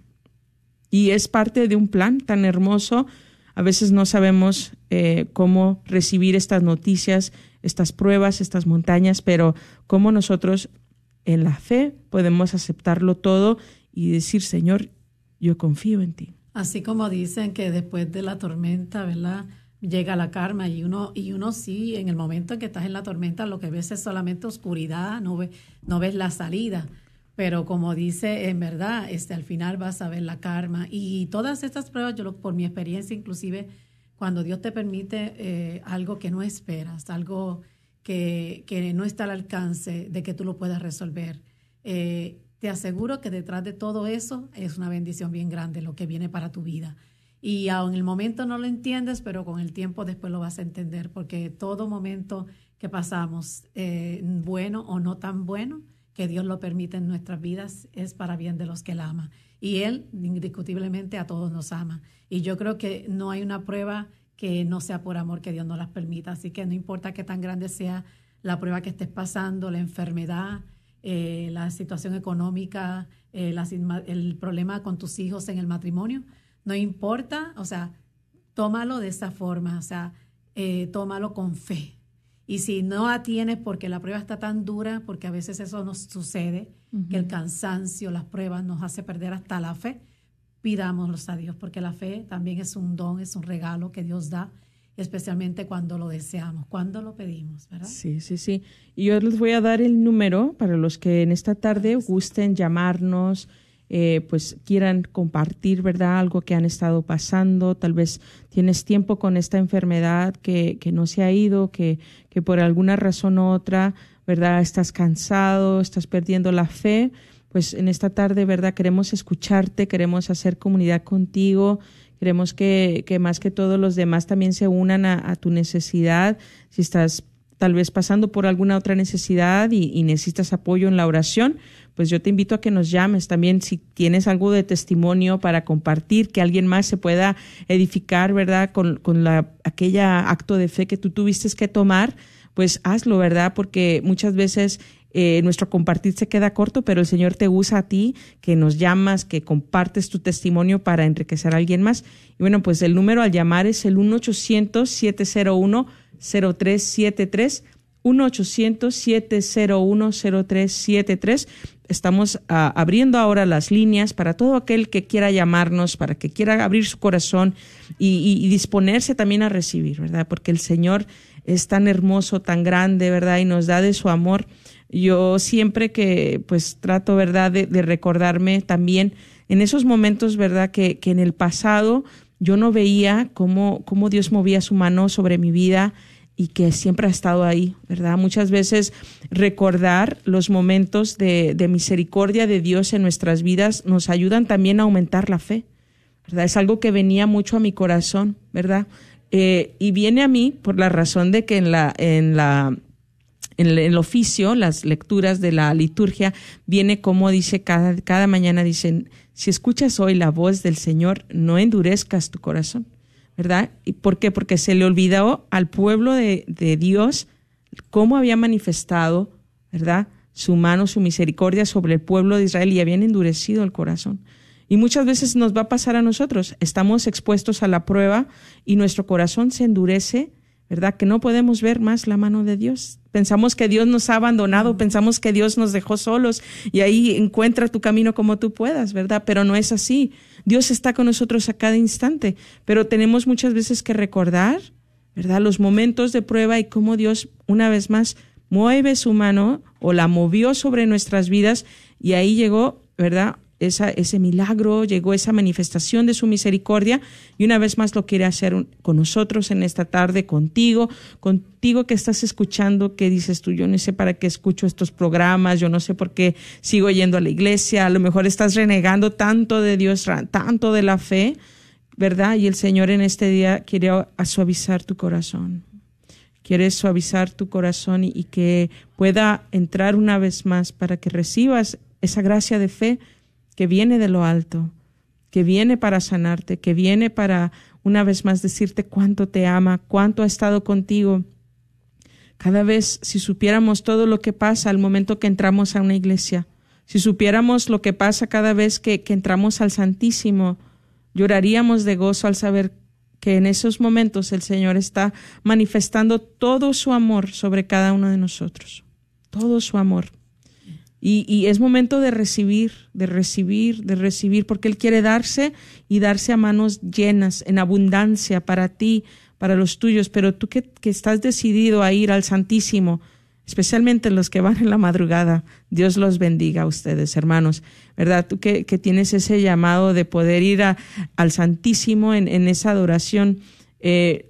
Y es parte de un plan tan hermoso. A veces no sabemos eh, cómo recibir estas noticias, estas pruebas, estas montañas, pero cómo nosotros en la fe podemos aceptarlo todo y decir, Señor, yo confío en ti. Así como dicen que después de la tormenta, ¿verdad?, llega la calma, y uno y uno sí, en el momento en que estás en la tormenta, lo que ves es solamente oscuridad, no ves, no ves la salida. Pero como dice, en verdad, este, al final vas a ver la calma. Y todas estas pruebas, yo lo, por mi experiencia, inclusive, cuando Dios te permite eh, algo que no esperas, algo que, que no está al alcance de que tú lo puedas resolver, eh, te aseguro que detrás de todo eso es una bendición bien grande lo que viene para tu vida. Y aun en el momento no lo entiendes, pero con el tiempo después lo vas a entender, porque todo momento que pasamos, eh, bueno o no tan bueno, que Dios lo permite en nuestras vidas, es para bien de los que Él ama. Y Él, indiscutiblemente, a todos nos ama. Y yo creo que no hay una prueba que no sea por amor que Dios no las permita. Así que no importa qué tan grande sea la prueba que estés pasando, la enfermedad, eh, la situación económica, eh, la, el problema con tus hijos en el matrimonio, no importa, o sea, tómalo de esa forma, o sea, eh, tómalo con fe. Y si no atienes porque la prueba está tan dura, porque a veces eso nos sucede, uh-huh, que el cansancio, las pruebas nos hace perder hasta la fe, pidámoslos a Dios, porque la fe también es un don, es un regalo que Dios da, especialmente cuando lo deseamos, cuando lo pedimos, ¿verdad? Sí, sí, sí. Y yo les voy a dar el número para los que en esta tarde gusten llamarnos, Eh, pues quieran compartir, ¿verdad?, algo que han estado pasando. Tal vez tienes tiempo con esta enfermedad que, que no se ha ido, que, que por alguna razón u otra, ¿verdad?, estás cansado, estás perdiendo la fe. Pues en esta tarde, ¿verdad?, queremos escucharte, queremos hacer comunidad contigo, queremos que, que más que todos los demás también se unan a, a tu necesidad. Si estás tal vez pasando por alguna otra necesidad y, y necesitas apoyo en la oración, pues yo te invito a que nos llames también si tienes algo de testimonio para compartir, que alguien más se pueda edificar, ¿verdad?, con, con la, aquella acto de fe que tú tuviste que tomar, pues hazlo, ¿verdad?, porque muchas veces eh, nuestro compartir se queda corto, pero el Señor te usa a ti, que nos llamas, que compartes tu testimonio para enriquecer a alguien más. Y bueno, pues el número al llamar es el uno ochocientos siete cero uno cero tres siete tres, uno ochocientos siete cero uno cero tres siete tres. Estamos uh, abriendo ahora las líneas para todo aquel que quiera llamarnos, para que quiera abrir su corazón y, y, y disponerse también a recibir, ¿verdad? Porque el Señor es tan hermoso, tan grande, ¿verdad? Y nos da de su amor. Yo siempre que pues trato, ¿verdad?, de, de recordarme también en esos momentos, ¿verdad?, que, que en el pasado yo no veía cómo, cómo Dios movía su mano sobre mi vida y que siempre ha estado ahí, ¿verdad? Muchas veces recordar los momentos de, de misericordia de Dios en nuestras vidas nos ayudan también a aumentar la fe, ¿verdad? Es algo que venía mucho a mi corazón, ¿verdad? Eh, y viene a mí por la razón de que en la, en la, en el, en el oficio, las lecturas de la liturgia, viene como dice cada, cada mañana, dicen, si escuchas hoy la voz del Señor, no endurezcas tu corazón, ¿verdad? ¿Y por qué? Porque se le olvidó al pueblo de, de Dios cómo había manifestado, ¿verdad?, su mano, su misericordia sobre el pueblo de Israel y habían endurecido el corazón. Y muchas veces nos va a pasar a nosotros. Estamos expuestos a la prueba y nuestro corazón se endurece, ¿verdad?, que no podemos ver más la mano de Dios. Pensamos que Dios nos ha abandonado, pensamos que Dios nos dejó solos y ahí encuentra tu camino como tú puedas, ¿verdad? Pero no es así. Dios está con nosotros a cada instante, pero tenemos muchas veces que recordar, ¿verdad?, los momentos de prueba y cómo Dios una vez más mueve su mano o la movió sobre nuestras vidas y ahí llegó, ¿verdad?, esa, ese milagro, llegó esa manifestación de su misericordia y una vez más lo quiere hacer un, con nosotros en esta tarde, contigo, contigo que estás escuchando, que dices tú, yo no sé para qué escucho estos programas, yo no sé por qué sigo yendo a la iglesia, a lo mejor estás renegando tanto de Dios, tanto de la fe, ¿verdad? Y el Señor en este día quiere suavizar tu corazón. Quiere suavizar tu corazón y, y que pueda entrar una vez más para que recibas esa gracia de fe que viene de lo alto, que viene para sanarte, que viene para una vez más decirte cuánto te ama, cuánto ha estado contigo. Cada vez, si supiéramos todo lo que pasa al momento que entramos a una iglesia, si supiéramos lo que pasa cada vez que, que entramos al Santísimo, lloraríamos de gozo al saber que en esos momentos el Señor está manifestando todo su amor sobre cada uno de nosotros, todo su amor. Y, y es momento de recibir, de recibir, de recibir, porque Él quiere darse y darse a manos llenas, en abundancia para ti, para los tuyos. Pero tú que, que estás decidido a ir al Santísimo, especialmente los que van en la madrugada, Dios los bendiga a ustedes, hermanos, ¿verdad? Tú que, que tienes ese llamado de poder ir a, al Santísimo en, en esa adoración eh,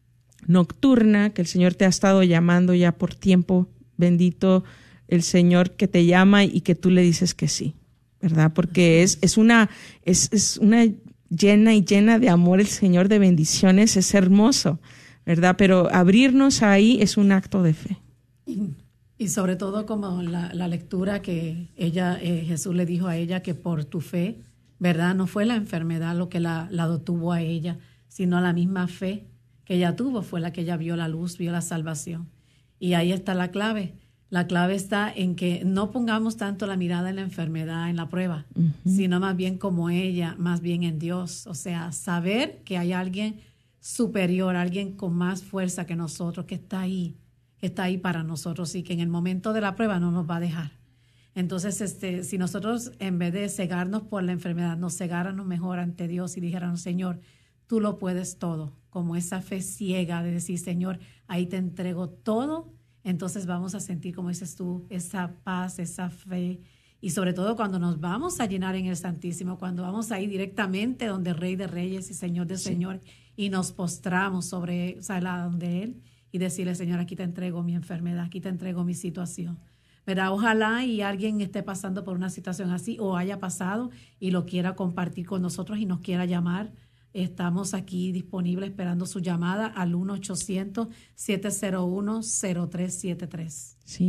nocturna, que el Señor te ha estado llamando ya por tiempo, bendito el Señor que te llama y que tú le dices que sí, ¿verdad? Porque es, es una, es, es una llena y llena de amor el Señor, de bendiciones, es hermoso, ¿verdad? Pero abrirnos ahí es un acto de fe. Y, y sobre todo como la, la lectura que ella, eh, Jesús le dijo a ella que por tu fe, ¿verdad? No fue la enfermedad lo que la, la detuvo a ella, sino la misma fe que ella tuvo fue la que ella vio la luz, vio la salvación. Y ahí está la clave. La clave está en que no pongamos tanto la mirada en la enfermedad, en la prueba, uh-huh. sino más bien como ella, más bien en Dios. O sea, saber que hay alguien superior, alguien con más fuerza que nosotros, que está ahí, que está ahí para nosotros y que en el momento de la prueba no nos va a dejar. Entonces, este, si nosotros en vez de cegarnos por la enfermedad, nos cegáramos mejor ante Dios y dijéramos, Señor, tú lo puedes todo, como esa fe ciega de decir, Señor, ahí te entrego todo. Entonces vamos a sentir, como dices tú, esa paz, esa fe. Y sobre todo cuando nos vamos a llenar en el Santísimo, cuando vamos a ir directamente donde el Rey de Reyes y Señor de sí. Señores y nos postramos sobre, o sea, la, donde Él y decirle, Señor, aquí te entrego mi enfermedad, aquí te entrego mi situación. ¿Verdad? Ojalá y alguien esté pasando por una situación así o haya pasado y lo quiera compartir con nosotros y nos quiera llamar. Estamos aquí disponibles esperando su llamada al uno ochocientos, siete cero uno, cero tres siete tres. Sí,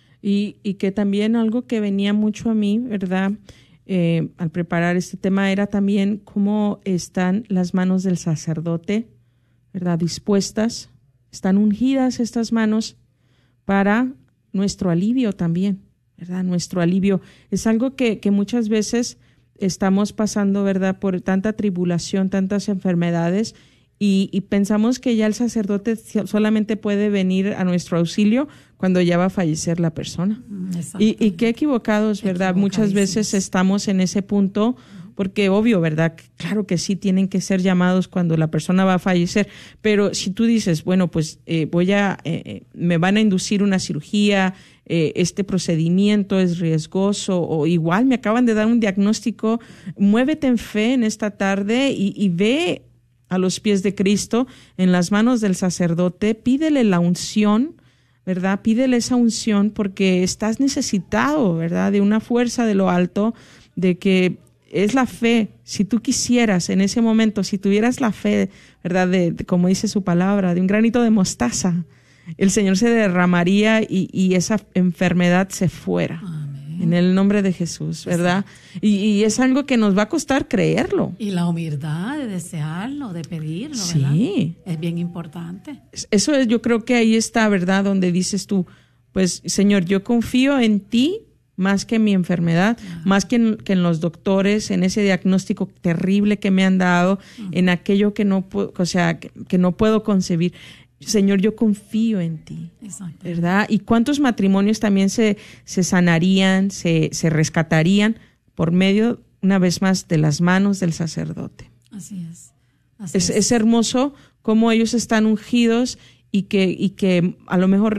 y, y que también algo que venía mucho a mí, ¿verdad? Eh, al preparar este tema era también cómo están las manos del sacerdote, ¿verdad? Dispuestas, están ungidas estas manos para nuestro alivio también, ¿verdad? Nuestro alivio. Es algo que, que muchas veces estamos pasando, ¿verdad?, por tanta tribulación, tantas enfermedades y, y pensamos que ya el sacerdote solamente puede venir a nuestro auxilio cuando ya va a fallecer la persona. Y, y qué equivocados, ¿verdad? Muchas veces estamos en ese punto porque obvio, ¿verdad? Claro que sí tienen que ser llamados cuando la persona va a fallecer, pero si tú dices, bueno, pues eh, voy a, eh, me van a inducir una cirugía, eh, este procedimiento es riesgoso o igual me acaban de dar un diagnóstico, muévete en fe en esta tarde y, y ve a los pies de Cristo, en las manos del sacerdote, pídele la unción, ¿verdad? Pídele esa unción porque estás necesitado, ¿verdad? De una fuerza de lo alto, de que es la fe. Si tú quisieras en ese momento, si tuvieras la fe, ¿verdad? De, de, como dice su palabra, de un granito de mostaza, el Señor se derramaría y, y esa enfermedad se fuera. Amén. En el nombre de Jesús, ¿verdad? Y, y es algo que nos va a costar creerlo. Y la humildad de desearlo, de pedirlo, sí. ¿verdad? Es bien importante. Eso es, yo creo que ahí está, ¿verdad? Donde dices tú, pues, Señor, yo confío en ti más que en mi enfermedad, uh-huh. más que en, que en los doctores, en ese diagnóstico terrible que me han dado, uh-huh. en aquello que no, o sea, que, que no puedo concebir. Señor, yo confío en ti, exacto. ¿verdad? ¿Y cuántos matrimonios también se, se sanarían, se, se rescatarían por medio, una vez más, de las manos del sacerdote? Así es. Así es, es. Es hermoso cómo ellos están ungidos y que, y que a lo mejor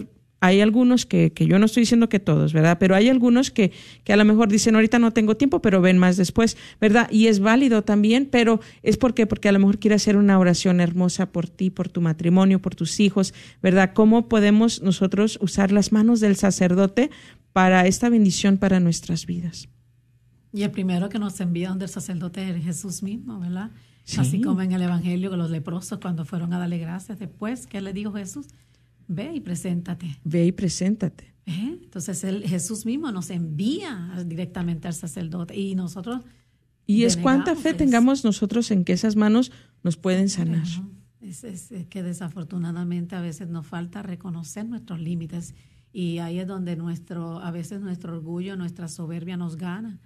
hay algunos que, que yo no estoy diciendo que todos, ¿verdad? Pero hay algunos que, que a lo mejor dicen, ahorita no tengo tiempo, pero ven más después, ¿verdad? Y es válido también, pero es porque, porque a lo mejor quiere hacer una oración hermosa por ti, por tu matrimonio, por tus hijos, ¿verdad? ¿Cómo podemos nosotros usar las manos del sacerdote para esta bendición para nuestras vidas? Y el primero que nos envía donde el sacerdote es Jesús mismo, ¿verdad? Sí. Así como en el Evangelio que los leprosos cuando fueron a darle gracias después, ¿qué le dijo Jesús? Ve y preséntate. Ve y preséntate. ¿Eh? Entonces él, Jesús mismo nos envía directamente al sacerdote y nosotros Y es cuánta fe es, tengamos nosotros en que esas manos nos pueden sanar. Es, es, es que desafortunadamente a veces nos falta reconocer nuestros límites y ahí es donde nuestro a veces nuestro orgullo, nuestra soberbia nos gana.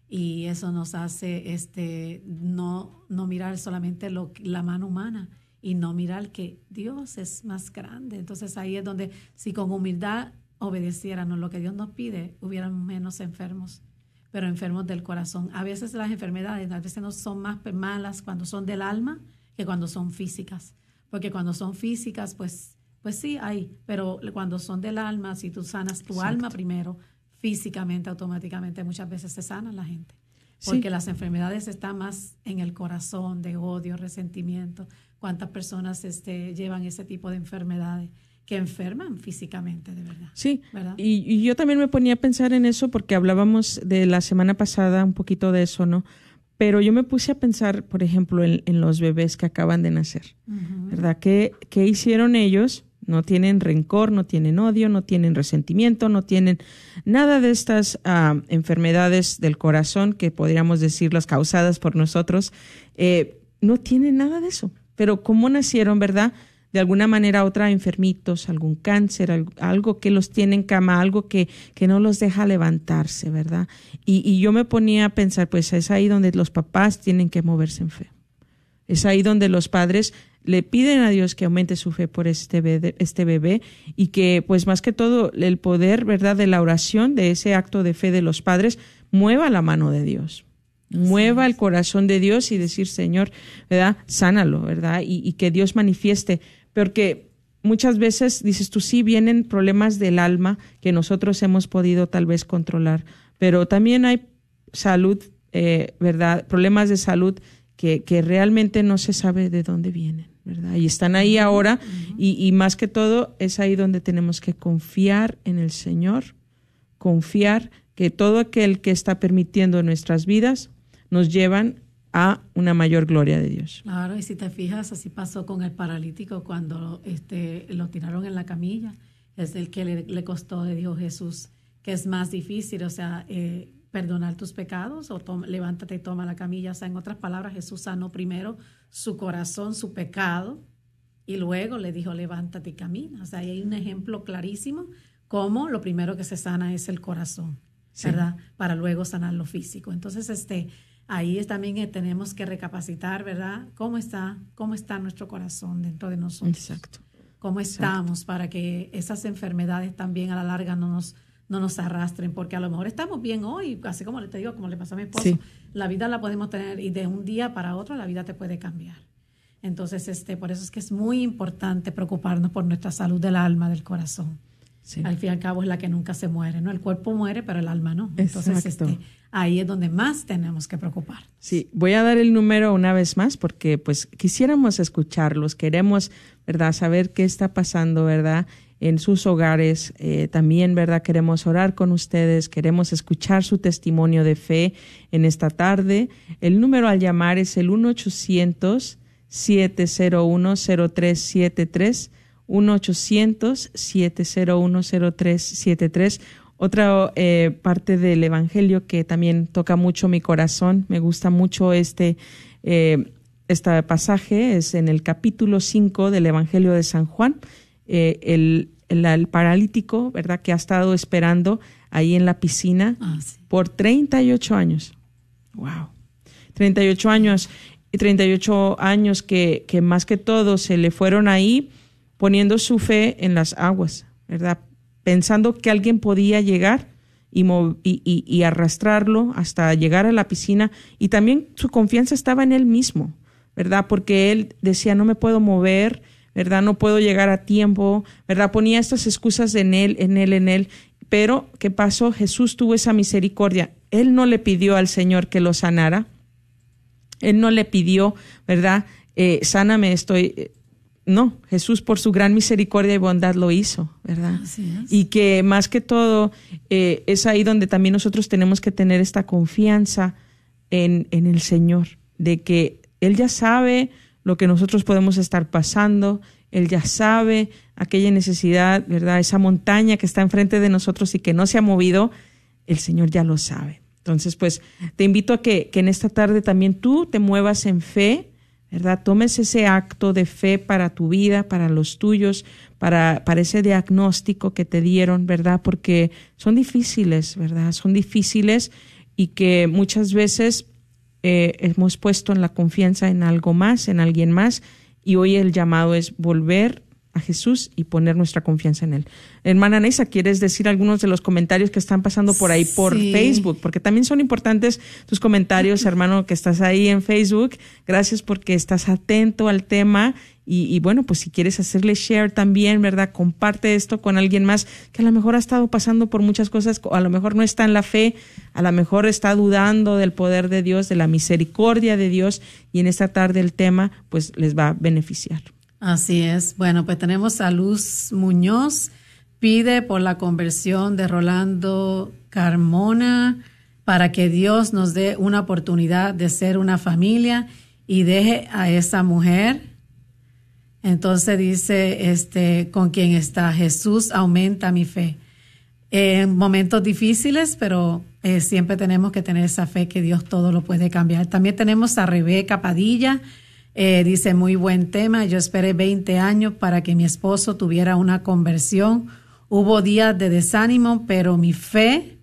Y eso nos hace este no, no mirar solamente lo, la mano humana y no mirar que Dios es más grande. Entonces ahí es donde si con humildad obedeciéramos lo que Dios nos pide, hubieran menos enfermos, pero enfermos del corazón. A veces las enfermedades, a veces no son más malas cuando son del alma que cuando son físicas. Porque cuando son físicas, pues, pues sí hay, pero cuando son del alma, si tú sanas tu Exacto. alma primero, físicamente, automáticamente, muchas veces se sana la gente. Porque sí. las enfermedades están más en el corazón, de odio, resentimiento. ¿Cuántas personas este, llevan ese tipo de enfermedades que enferman físicamente, de verdad? Sí, ¿verdad? Y, y yo también me ponía a pensar en eso porque hablábamos de la semana pasada un poquito de eso, ¿no? Pero yo me puse a pensar, por ejemplo, en, en los bebés que acaban de nacer, uh-huh. ¿verdad? ¿Qué, ¿Qué hicieron ellos? No tienen rencor, no tienen odio, no tienen resentimiento, no tienen nada de estas uh, enfermedades del corazón que podríamos decir las causadas por nosotros. Eh, no tienen nada de eso. Pero ¿cómo nacieron, verdad? De alguna manera u otra enfermitos, algún cáncer, algo, algo que los tiene en cama, algo que, que no los deja levantarse, ¿verdad? Y, y yo me ponía a pensar, pues es ahí donde los papás tienen que moverse en fe. Es ahí donde los padres le piden a Dios que aumente su fe por este bebé, este bebé y que, pues más que todo, el poder, ¿verdad?, de la oración, de ese acto de fe de los padres, mueva la mano de Dios, mueva el corazón de Dios y decir, Señor, ¿verdad?, sánalo, ¿verdad?, y, y que Dios manifieste, porque muchas veces, dices tú, sí, vienen problemas del alma que nosotros hemos podido tal vez controlar, pero también hay salud, eh, ¿verdad?, problemas de salud que, que realmente no se sabe de dónde vienen, ¿verdad? Y están ahí ahora uh-huh. y, y más que todo es ahí donde tenemos que confiar en el Señor, confiar que todo aquel que está permitiendo nuestras vidas nos llevan a una mayor gloria de Dios. Claro, y si te fijas, así pasó con el paralítico cuando este, lo tiraron en la camilla, es el que le, le costó, le dijo Jesús, que es más difícil, o sea, eh, perdonar tus pecados o toma, levántate y toma la camilla. O sea, en otras palabras, Jesús sanó primero su corazón, su pecado, y luego le dijo, levántate y camina. O sea, ahí hay un ejemplo clarísimo cómo lo primero que se sana es el corazón, sí. ¿verdad? Para luego sanar lo físico. Entonces, este, ahí es también que tenemos que recapacitar, ¿verdad? ¿Cómo está, cómo está nuestro corazón dentro de nosotros? Exacto. ¿Cómo estamos Exacto. para que esas enfermedades también a la larga no nos no nos arrastren, porque a lo mejor estamos bien hoy, así como le te digo, como le pasó a mi esposo, sí. la vida la podemos tener y de un día para otro la vida te puede cambiar. Entonces, este, por eso es que es muy importante preocuparnos por nuestra salud del alma, del corazón. Sí. Al fin y al cabo es la que nunca se muere, ¿no? El cuerpo muere, pero el alma no. Entonces, este, ahí es donde más tenemos que preocupar. Sí, voy a dar el número una vez más porque pues quisiéramos escucharlos, queremos, ¿verdad?, saber qué está pasando, ¿verdad?, en sus hogares. Eh, también, ¿verdad?, queremos orar con ustedes, queremos escuchar su testimonio de fe en esta tarde. El número al llamar es el uno ochocientos, siete cero uno, cero tres siete tres, uno ochocientos, siete cero uno, cero tres siete tres. Otra eh, parte del Evangelio que también toca mucho mi corazón, me gusta mucho este, eh, este pasaje, es en el capítulo cinco del Evangelio de San Juan. Eh, el, el, el paralítico, ¿verdad?, que ha estado esperando ahí en la piscina ah, sí. por treinta y ocho años. Wow. treinta y ocho años y treinta y ocho años que, que más que todo se le fueron ahí poniendo su fe en las aguas, ¿verdad?, pensando que alguien podía llegar y, mov- y, y, y arrastrarlo hasta llegar a la piscina, y también su confianza estaba en él mismo, ¿verdad?, porque él decía, no me puedo mover, ¿verdad? No puedo llegar a tiempo, ¿verdad? Ponía estas excusas en él, en él, en él. Pero, ¿qué pasó? Jesús tuvo esa misericordia. Él no le pidió al Señor que lo sanara. Él no le pidió, ¿verdad? Eh, sáname, estoy... No, Jesús por su gran misericordia y bondad lo hizo, ¿verdad? Así es. Y que más que todo eh, es ahí donde también nosotros tenemos que tener esta confianza en, en el Señor, de que Él ya sabe lo que nosotros podemos estar pasando, Él ya sabe aquella necesidad, ¿verdad? Esa montaña que está enfrente de nosotros y que no se ha movido, el Señor ya lo sabe. Entonces, pues, te invito a que, que en esta tarde también tú te muevas en fe, ¿verdad? Tomes ese acto de fe para tu vida, para los tuyos, para, para ese diagnóstico que te dieron, ¿verdad? Porque son difíciles, ¿verdad? Son difíciles y que muchas veces eh, hemos puesto en la confianza en algo más, en alguien más, y hoy el llamado es volver a Jesús y poner nuestra confianza en Él. Hermana Neisa, ¿quieres decir algunos de los comentarios que están pasando por ahí por Sí. Facebook? Porque también son importantes tus comentarios, hermano, que estás ahí en Facebook. Gracias porque estás atento al tema y, y bueno, pues si quieres hacerle share también, ¿verdad? Comparte esto con alguien más que a lo mejor ha estado pasando por muchas cosas, a lo mejor no está en la fe, a lo mejor está dudando del poder de Dios, de la misericordia de Dios, y en esta tarde el tema pues les va a beneficiar. Así es. Bueno, pues tenemos a Luz Muñoz, pide por la conversión de Rolando Carmona para que Dios nos dé una oportunidad de ser una familia y deje a esa mujer. Entonces dice, este, con quien está Jesús, aumenta mi fe. En momentos difíciles, pero eh, siempre tenemos que tener esa fe que Dios todo lo puede cambiar. También tenemos a Rebeca Padilla. Eh, dice, muy buen tema. Yo esperé veinte años para que mi esposo tuviera una conversión. Hubo días de desánimo, pero mi fe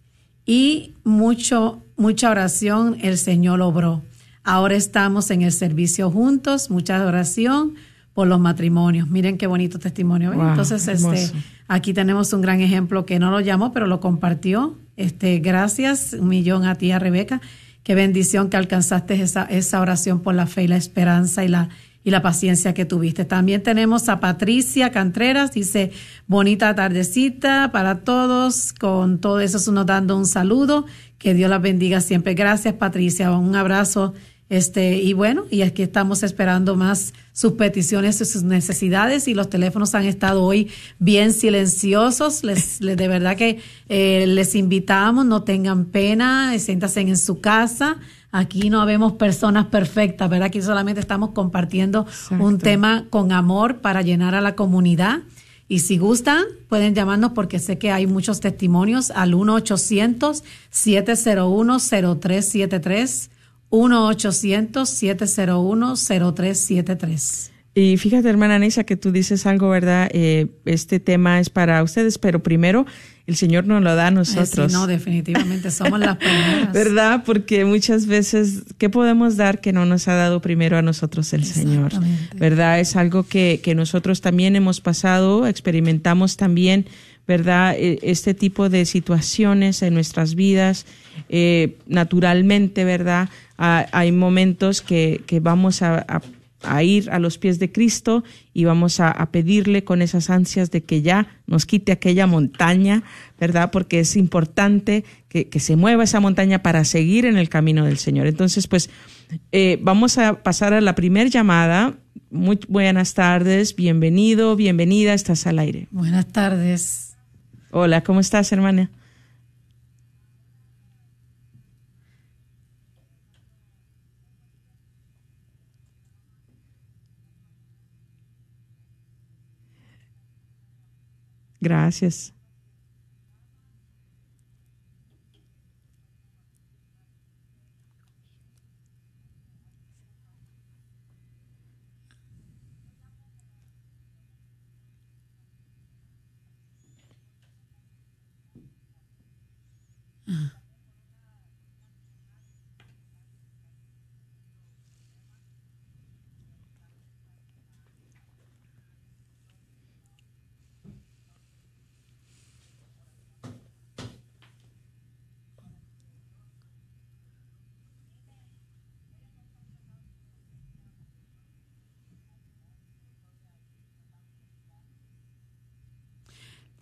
y mucho, mucha oración, el Señor obró. Ahora estamos en el servicio juntos, mucha oración por los matrimonios. Miren qué bonito testimonio. ¿Ven? Wow, Entonces, hermoso. este, aquí tenemos un gran ejemplo que no lo llamó, pero lo compartió. Este, gracias, un millón a ti, a Rebeca. Qué bendición que alcanzaste esa, esa oración por la fe y la esperanza y la, y la paciencia que tuviste. También tenemos a Patricia Cantreras, dice, bonita tardecita para todos, con todo eso nos dando un saludo, que Dios las bendiga siempre. Gracias, Patricia, un abrazo. Este, y bueno, y aquí estamos esperando más sus peticiones y sus necesidades, y los teléfonos han estado hoy bien silenciosos. Les, les de verdad que eh, les invitamos, no tengan pena, siéntanse en su casa. Aquí no habemos personas perfectas, ¿verdad? Aquí solamente estamos compartiendo Exacto. un tema con amor para llenar a la comunidad. Y si gustan, pueden llamarnos porque sé que hay muchos testimonios al uno ochocientos, siete cero uno, cero tres siete tres. uno ochocientos, siete cero uno, cero tres siete tres. Y fíjate, hermana Neisa, que tú dices algo, ¿verdad? Eh, este tema es para ustedes, pero primero el Señor nos lo da a nosotros. Sí, no, definitivamente somos las primeras. ¿Verdad? Porque muchas veces, ¿qué podemos dar que no nos ha dado primero a nosotros el Señor? Exactamente. ¿Verdad? Es algo que, que nosotros también hemos pasado, experimentamos también, ¿verdad? Eh, Este tipo de situaciones en nuestras vidas, eh, naturalmente, ¿verdad? Ah, hay momentos que, que vamos a, a, a ir a los pies de Cristo y vamos a, a pedirle con esas ansias de que ya nos quite aquella montaña, ¿verdad? Porque es importante que, que se mueva esa montaña para seguir en el camino del Señor. Entonces, pues, eh, vamos a pasar a la primer llamada. Muy buenas tardes, bienvenido, bienvenida, estás al aire. Buenas tardes. Hola, ¿cómo estás, hermana? Gracias.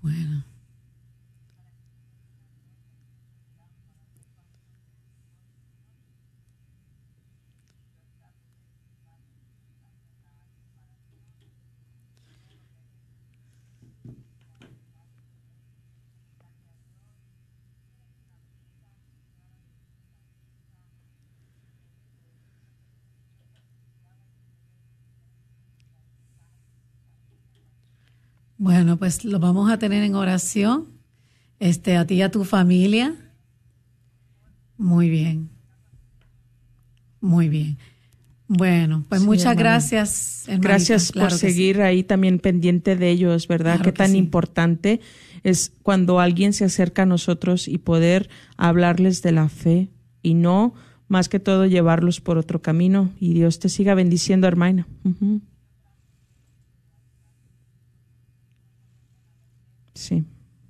Bueno. Bueno, pues lo vamos a tener en oración, este, a ti y a tu familia. Muy bien, muy bien. Bueno, pues Sí, muchas hermana. gracias, hermanita. Gracias Claro por que seguir sí. ahí también pendiente de ellos, ¿verdad? Claro Qué que tan sí. importante es cuando alguien se acerca a nosotros y poder hablarles de la fe y no, más que todo, llevarlos por otro camino. Y Dios te siga bendiciendo, hermana. Ujú. Sí.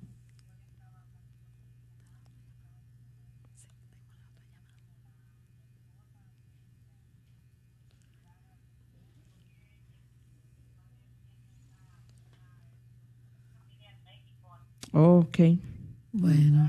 Oh, ok. Bueno,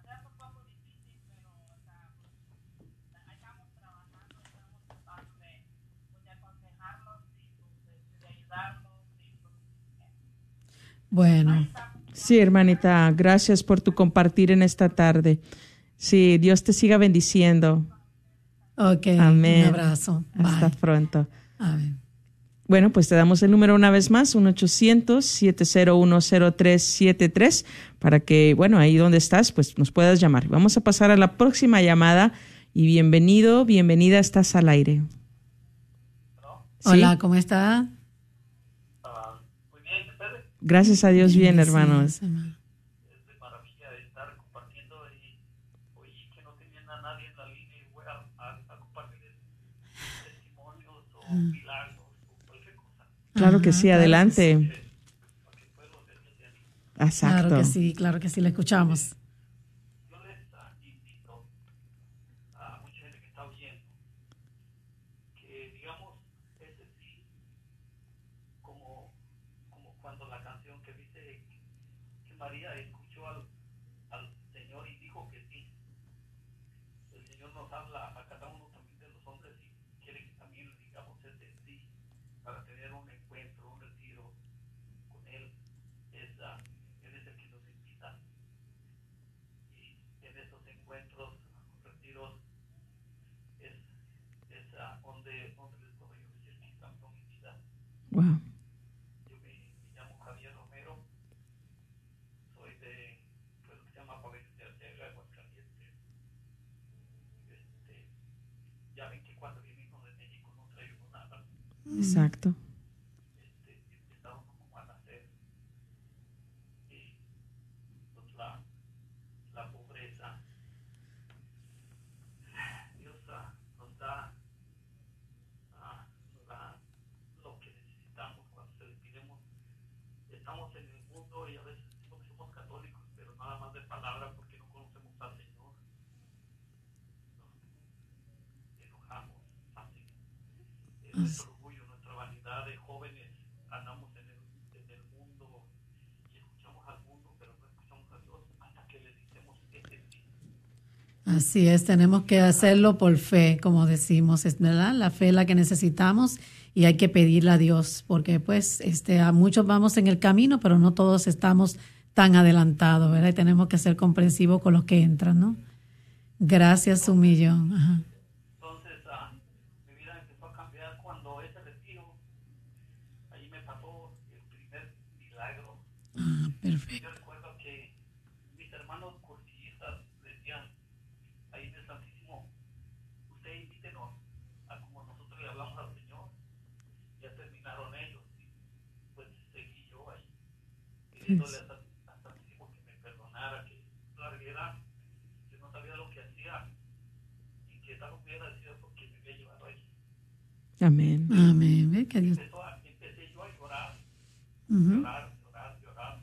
bueno, Sí, hermanita, gracias por tu compartir en esta tarde. Sí, Dios te siga bendiciendo. ok, Amén. un abrazo. Hasta Bye. pronto. Amén. Bueno, pues te damos el número una vez más, uno ochocientos, siete cero uno, cero tres siete tres, para que, bueno, ahí donde estás, pues nos puedas llamar. Vamos a pasar a la próxima llamada y bienvenido, bienvenida, estás al aire. ¿Sí? Hola, ¿cómo está? Ah, muy bien, ustedes. Gracias a Dios, bien, Bendecidos, hermanos. hermano. Es de maravilla estar compartiendo y oí que no tenían a nadie en la línea y voy a, a, a compartirles testimonios o milagros o cualquier cosa Claro que Ajá, sí, claro que adelante. que, para que el pueblo de Dios se anime. Exacto. Claro que sí, claro que sí, le escuchamos. Yo les ah, invito a mucha gente que está oyendo que digamos ese sí como, como cuando la canción que dice que María escuchó al, al Señor y dijo que sí. El Señor nos habla a cada uno también de los hombres y quiere que también le digamos ese sí para tener un encuentro, un retiro con Él. Es, ah, él es el que nos invita y en esos encuentros, retiros, es, es ah, donde, donde les puedo yo decir que cambió mi vida. Wow. Yo me, me llamo Javier Romero, soy de pues, lo que se llama Pabellón de Arteaga, Aguascalientes. Este, ya ven que cuando vinimos de México no traíamos nada, Exacto. este, empezaron como a nacer y pues, la, la pobreza. Dios ah, nos da, ah, nos da lo que necesitamos cuando se le pidemos. Estamos en el mundo y a veces decimos que somos católicos, pero nada más de palabra porque no conocemos al Señor. Nos enojamos fácil. Es nuestro orgullo, nuestra vanidad de jóvenes. Andamos en el, en el mundo y escuchamos al mundo, pero no escuchamos a Dios hasta que le decimos ese sí. Así es, tenemos que hacerlo por fe, como decimos, es verdad, la fe es la que necesitamos y hay que pedirle a Dios, porque pues este a muchos vamos en el camino, pero no todos estamos tan adelantados, ¿verdad? Y tenemos que ser comprensivos con los que entran, ¿no? Gracias un millón. Ajá. Entonces, ah, mi vida empezó a cambiar cuando ese retiro, ahí me pasó el primer milagro. Ah, perfecto. Yo recuerdo que mis hermanos cursillistas decían ahí del Santísimo, usted invítenos a como nosotros le hablamos al Señor. Ya terminaron ellos y pues seguí yo ahí pidiéndole al al Santísimo que me perdonara, que larguera, que no sabía lo que hacía y que estaba muy agradecido porque me había llevado ahí. Amén. Amén. Ve que Dios. Empezó a, empecé yo a llorar, Ujú. llorar, llorar, llorar.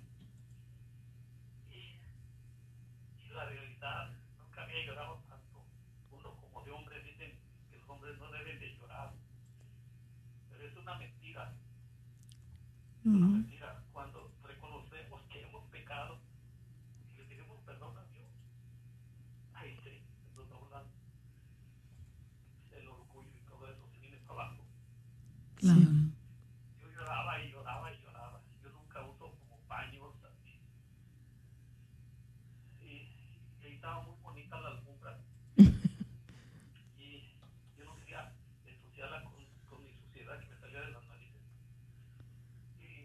Y, y la realidad, nunca había llorado tanto. Uno como de hombre dicen que los hombres no deben de llorar. Pero es una mentira. Es una Ujú. mentira. Cuando reconocemos que hemos pecado, bonita la alfombra. Y yo no quería ensuciarla con, con mi suciedad que me salía de las narices. Y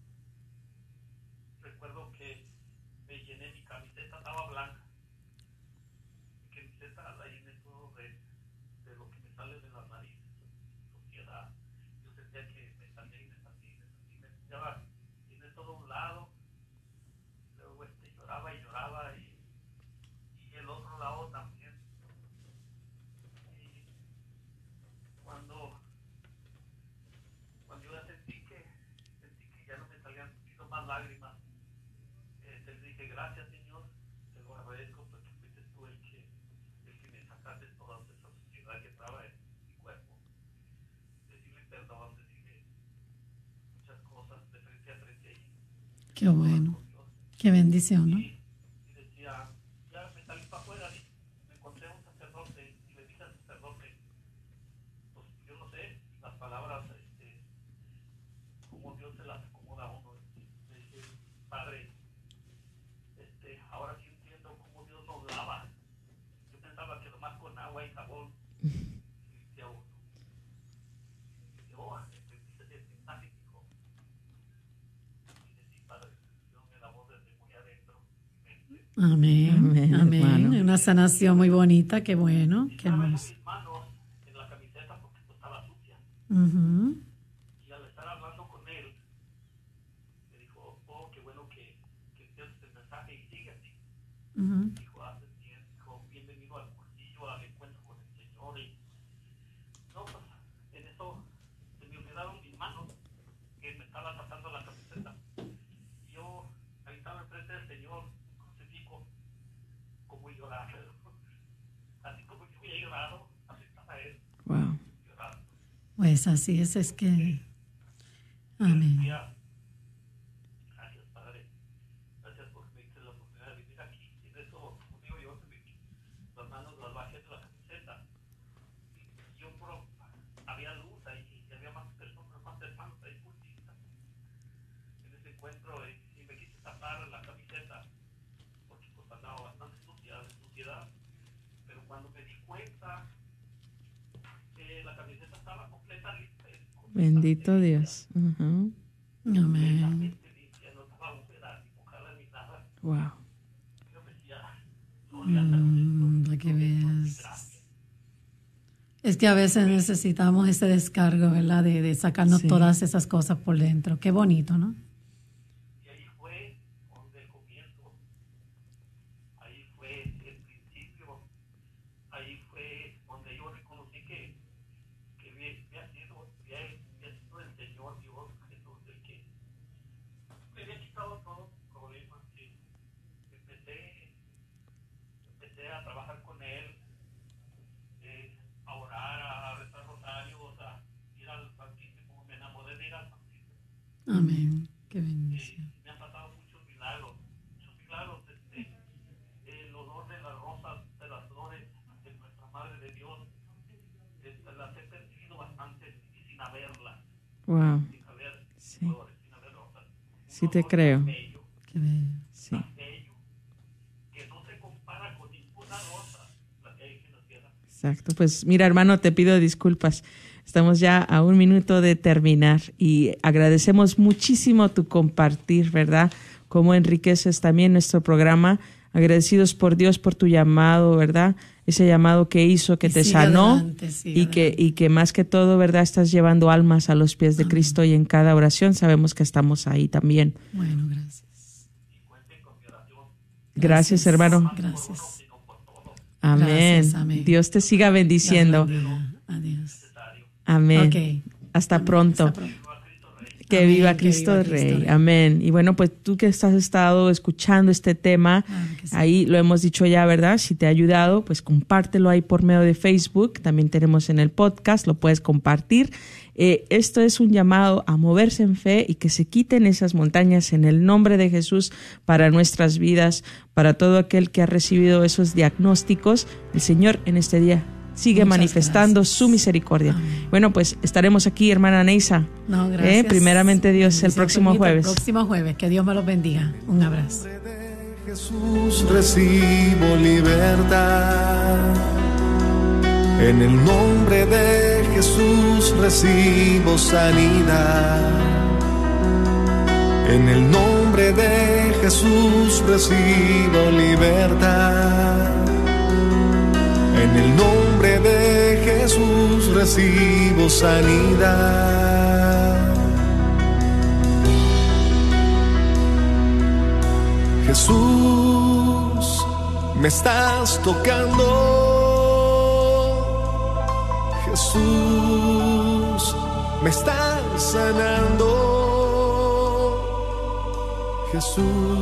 recuerdo que me llené, mi camiseta estaba blanca. Mi camiseta la llené todo de, de lo que me sale de las narices, suciedad. Yo sentía que me salía y me salía y me salía y me limpiaba, llené todo un lado. Luego este, lloraba y lloraba y, y el otro lado también. Y cuando, cuando yo ya sentí que, sentí que ya no me salían más lágrimas, eh, te dije gracias Señor, te lo agradezco porque fuiste tú el que, el que me sacaste toda esa suciedad que estaba en mi cuerpo. Decirle perdón, decirle muchas cosas de frente a frente ahí. Qué bueno. Qué bendición, ¿no? Y, y decía, ya me salí para afuera y me encontré a un sacerdote y le dije al sacerdote, pues yo no sé las palabras, este, cómo Dios se las acomoda a uno. Le dije, Padre, este, ahora sí entiendo cómo Dios nos lava. Yo pensaba que nomás con agua y jabón limpia uno. Y dije, oh, este, este, este, este, hijo. Y dije, sí, Padre. Amén, amén, amén. Hermano. Una sanación muy bonita, qué bueno, qué Estaba hermoso. mis manos en la camiseta porque pues, estaba sucia. Uh-huh. Y al estar hablando con él, me dijo, oh, qué bueno que, que entiendes el mensaje y sigue así. Uh-huh. Dijo, haces bien, dijo, bienvenido al cursillo, al encuentro con el Señor. Y no, pues en eso se me olvidaron mis manos que me estaba tratando la camiseta. Y yo ahí estaba enfrente del Señor, crucifijo, como llorar. Así como yo había llorado, así estaba él. Wow. Llorando. Pues así es, es que... Amén. Decía, gracias Padre, gracias porque me diste la oportunidad de venir aquí. Y en eso, como digo yo, las manos las bajé de la camiseta. Y yo, bro, había luz ahí y había más personas, más hermanos ahí cultistas. En ese encuentro, eh, y me quise tapar la camiseta porque pues andaba bastante sucia, de suciedad. Pero cuando me di cuenta que la camiseta estaba completa, limpia, Bendito Dios. Uh-huh. Amén. completamente limpia, no estaba húmeda ni mojada ni nada. Wow. Yo decía, gloria a Mm, para que veas. Es que a veces necesitamos ese descargo, ¿verdad? De, de sacarnos Sí. todas esas cosas por dentro. Qué bonito, ¿no? Y ahí fue donde el comienzo, ahí fue el principio, ahí fue donde yo reconocí que, que había, había sido, había, había sido el Señor Dios Jesús el que me había quitado todos los problemas. Y empecé, empecé a trabajar con Él, eh, a orar, a rezar rosarios, a ir al Santísimo, me enamoré de ir al Santísimo. Amén. Qué Eh, bendición. me han pasado muchos milagros, muchos milagros, este, el olor de las rosas, de las flores de nuestra Madre de Dios, este, las he percibido bastante y sin haberlas, Wow. sin haber Sí. flores, sin haber rosas. Un Sí te olor creo. tan bello, Qué bello. Sí. tan bello, que no se compara con ninguna rosa la que hay en la tierra. Exacto. Pues mira, hermano, te pido disculpas. Estamos ya a un minuto de terminar y agradecemos muchísimo tu compartir, ¿verdad? Cómo enriqueces también nuestro programa. Agradecidos por Dios por tu llamado, ¿verdad? Ese llamado que hizo, que Y te sigue sanó adelante, sigue y que adelante. y que más que todo, ¿verdad? Estás llevando almas a los pies de Cristo y en cada oración sabemos que estamos ahí también. Bueno, gracias. Gracias, hermano. Gracias. Amén. Gracias, amén. Dios te siga bendiciendo. Dios bendiga. Adiós. Amén. Ok. Hasta pronto. Hasta pronto. Que Amén, viva que Cristo viva Rey. Cristo Rey. Amén. Y bueno, pues tú que estás estado escuchando este tema, Claro que sí. ahí lo hemos dicho ya, ¿verdad? Si te ha ayudado, pues compártelo ahí por medio de Facebook. También tenemos en el podcast, lo puedes compartir. Eh, esto es un llamado a moverse en fe y que se quiten esas montañas en el nombre de Jesús para nuestras vidas, para todo aquel que ha recibido esos diagnósticos. El Señor en este día sigue Muchas manifestando gracias. su misericordia. Amén. Bueno, pues estaremos aquí, hermana Neisa. No, gracias. Eh, primeramente Dios, el Bendición próximo permita, jueves. El próximo jueves. Que Dios me los bendiga. Un abrazo. de Jesús recibo libertad. En el nombre de Jesús recibo sanidad. En el nombre de Jesús recibo libertad. En el nombre de Jesús recibo sanidad. Jesús, me estás tocando. Jesús, me estás sanando. Jesús,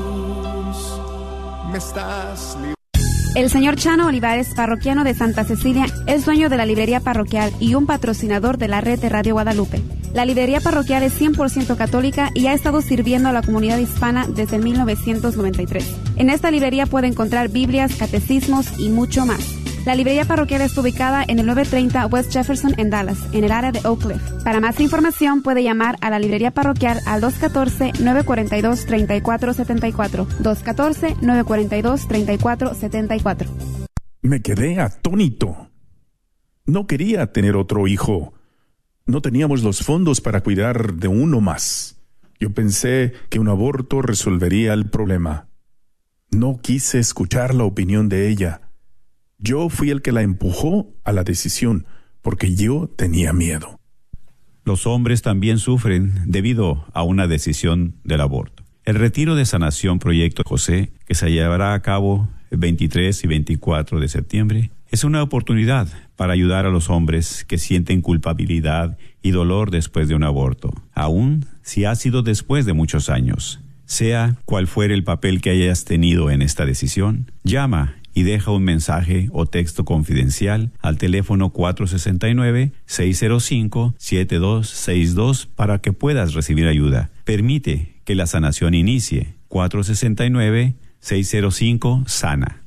me estás librando. El señor Chano Olivares, parroquiano de Santa Cecilia, es dueño de la librería parroquial y un patrocinador de la red de Radio Guadalupe. La librería parroquial es cien por ciento católica y ha estado sirviendo a la comunidad hispana desde mil novecientos noventa y tres. En esta librería puede encontrar Biblias, catecismos y mucho más. La librería parroquial está ubicada en el novecientos treinta West Jefferson en Dallas, en el área de Oak Cliff. Para más información puede llamar a la librería parroquial al dos uno cuatro, nueve cuatro dos, tres cuatro siete cuatro, dos uno cuatro, nueve cuatro dos, tres cuatro siete cuatro. Me quedé atónito. No quería tener otro hijo. No teníamos los fondos para cuidar de uno más. Yo pensé que un aborto resolvería el problema. No quise escuchar la opinión de ella. Yo fui el que la empujó a la decisión, porque yo tenía miedo. Los hombres también sufren debido a una decisión del aborto. El retiro de sanación Proyecto José, que se llevará a cabo el veintitrés y veinticuatro de septiembre, es una oportunidad para ayudar a los hombres que sienten culpabilidad y dolor después de un aborto, aun si ha sido después de muchos años. Sea cual fuere el papel que hayas tenido en esta decisión, llama y deja un mensaje o texto confidencial al teléfono cuatro seis nueve, seis cero cinco, siete dos seis dos para que puedas recibir ayuda. Permite que la sanación inicie. cuatro seis nueve, seis cero cinco, SANA.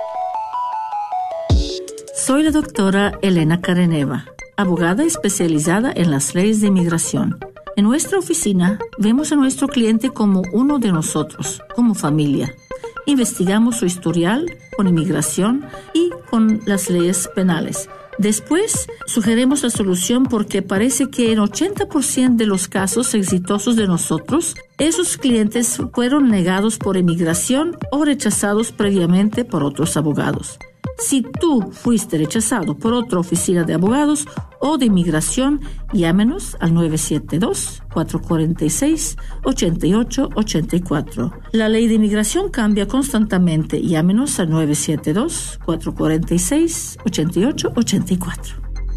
Soy la doctora Elena Careneva, abogada especializada en las leyes de inmigración. En nuestra oficina vemos a nuestro cliente como uno de nosotros, como familia. Investigamos su historial con inmigración y con las leyes penales. Después, sugerimos la solución porque parece que en ochenta por ciento de los casos exitosos de nosotros, esos clientes fueron negados por inmigración o rechazados previamente por otros abogados. Si tú fuiste rechazado por otra oficina de abogados o de inmigración, llámenos al nueve siete dos, cuatro cuatro seis, ocho ocho ocho cuatro. La ley de inmigración cambia constantemente. Llámenos al nueve siete dos, cuatro cuatro seis, ocho ocho ocho cuatro.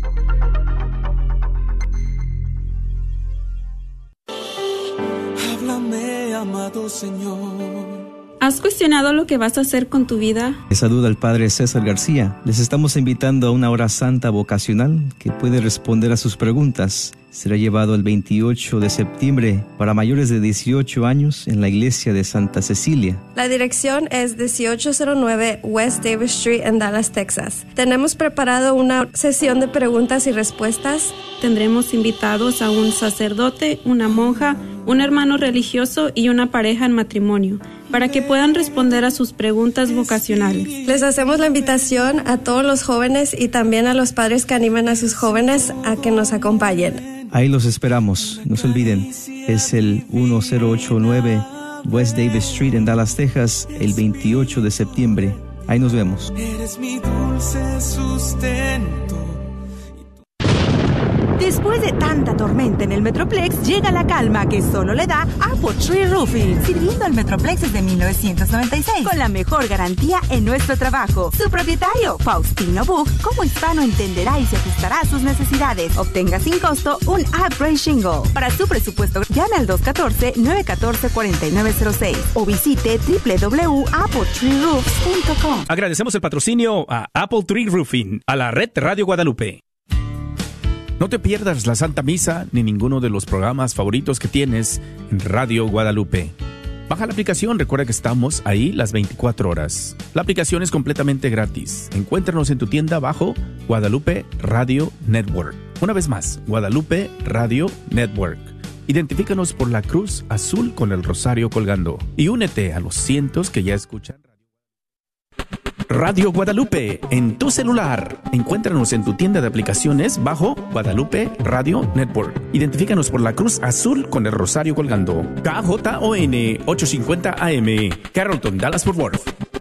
Háblame, amado Señor. ¿Has cuestionado lo que vas a hacer con tu vida? Les saluda el Padre César García. Les estamos invitando a una hora santa vocacional que puede responder a sus preguntas. Será llevado el veintiocho de septiembre para mayores de dieciocho años en la iglesia de Santa Cecilia. La dirección es dieciocho cero nueve West Davis Street en Dallas, Texas. Tenemos preparado una sesión de preguntas y respuestas. Tendremos invitados a un sacerdote, una monja, un hermano religioso y una pareja en matrimonio, para que puedan responder a sus preguntas vocacionales. Les hacemos la invitación a todos los jóvenes y también a los padres que animan a sus jóvenes a que nos acompañen. Ahí los esperamos, no se olviden, es el diez ochenta y nueve West Davis Street en Dallas, Texas, el veintiocho de septiembre. Ahí nos vemos. Eres mi dulce sustento. Después de tanta tormenta en el Metroplex, llega la calma que solo le da Apple Tree Roofing, sirviendo al Metroplex desde mil novecientos noventa y seis, con la mejor garantía en nuestro trabajo. Su propietario, Faustino Buch, como hispano entenderá y se ajustará a sus necesidades. Obtenga sin costo un upgrade shingle. Para su presupuesto, llame al dos uno cuatro, nueve uno cuatro, cuatro nueve cero seis o visite doble u doble u doble u punto apple tree roofs punto com. Agradecemos el patrocinio a Apple Tree Roofing, a la red Radio Guadalupe. No te pierdas la Santa Misa ni ninguno de los programas favoritos que tienes en Radio Guadalupe. Baja la aplicación, recuerda que estamos ahí las veinticuatro horas. La aplicación es completamente gratis. Encuéntranos en tu tienda bajo Guadalupe Radio Network. Una vez más, Guadalupe Radio Network. Identifícanos por la cruz azul con el rosario colgando. Y únete a los cientos que ya escuchan Radio Guadalupe en tu celular. Encuéntranos en tu tienda de aplicaciones bajo Guadalupe Radio Network. Identifícanos por la cruz azul con el rosario colgando. K J O N ochocientos cincuenta A M, Carrollton, Dallas, Fort Worth.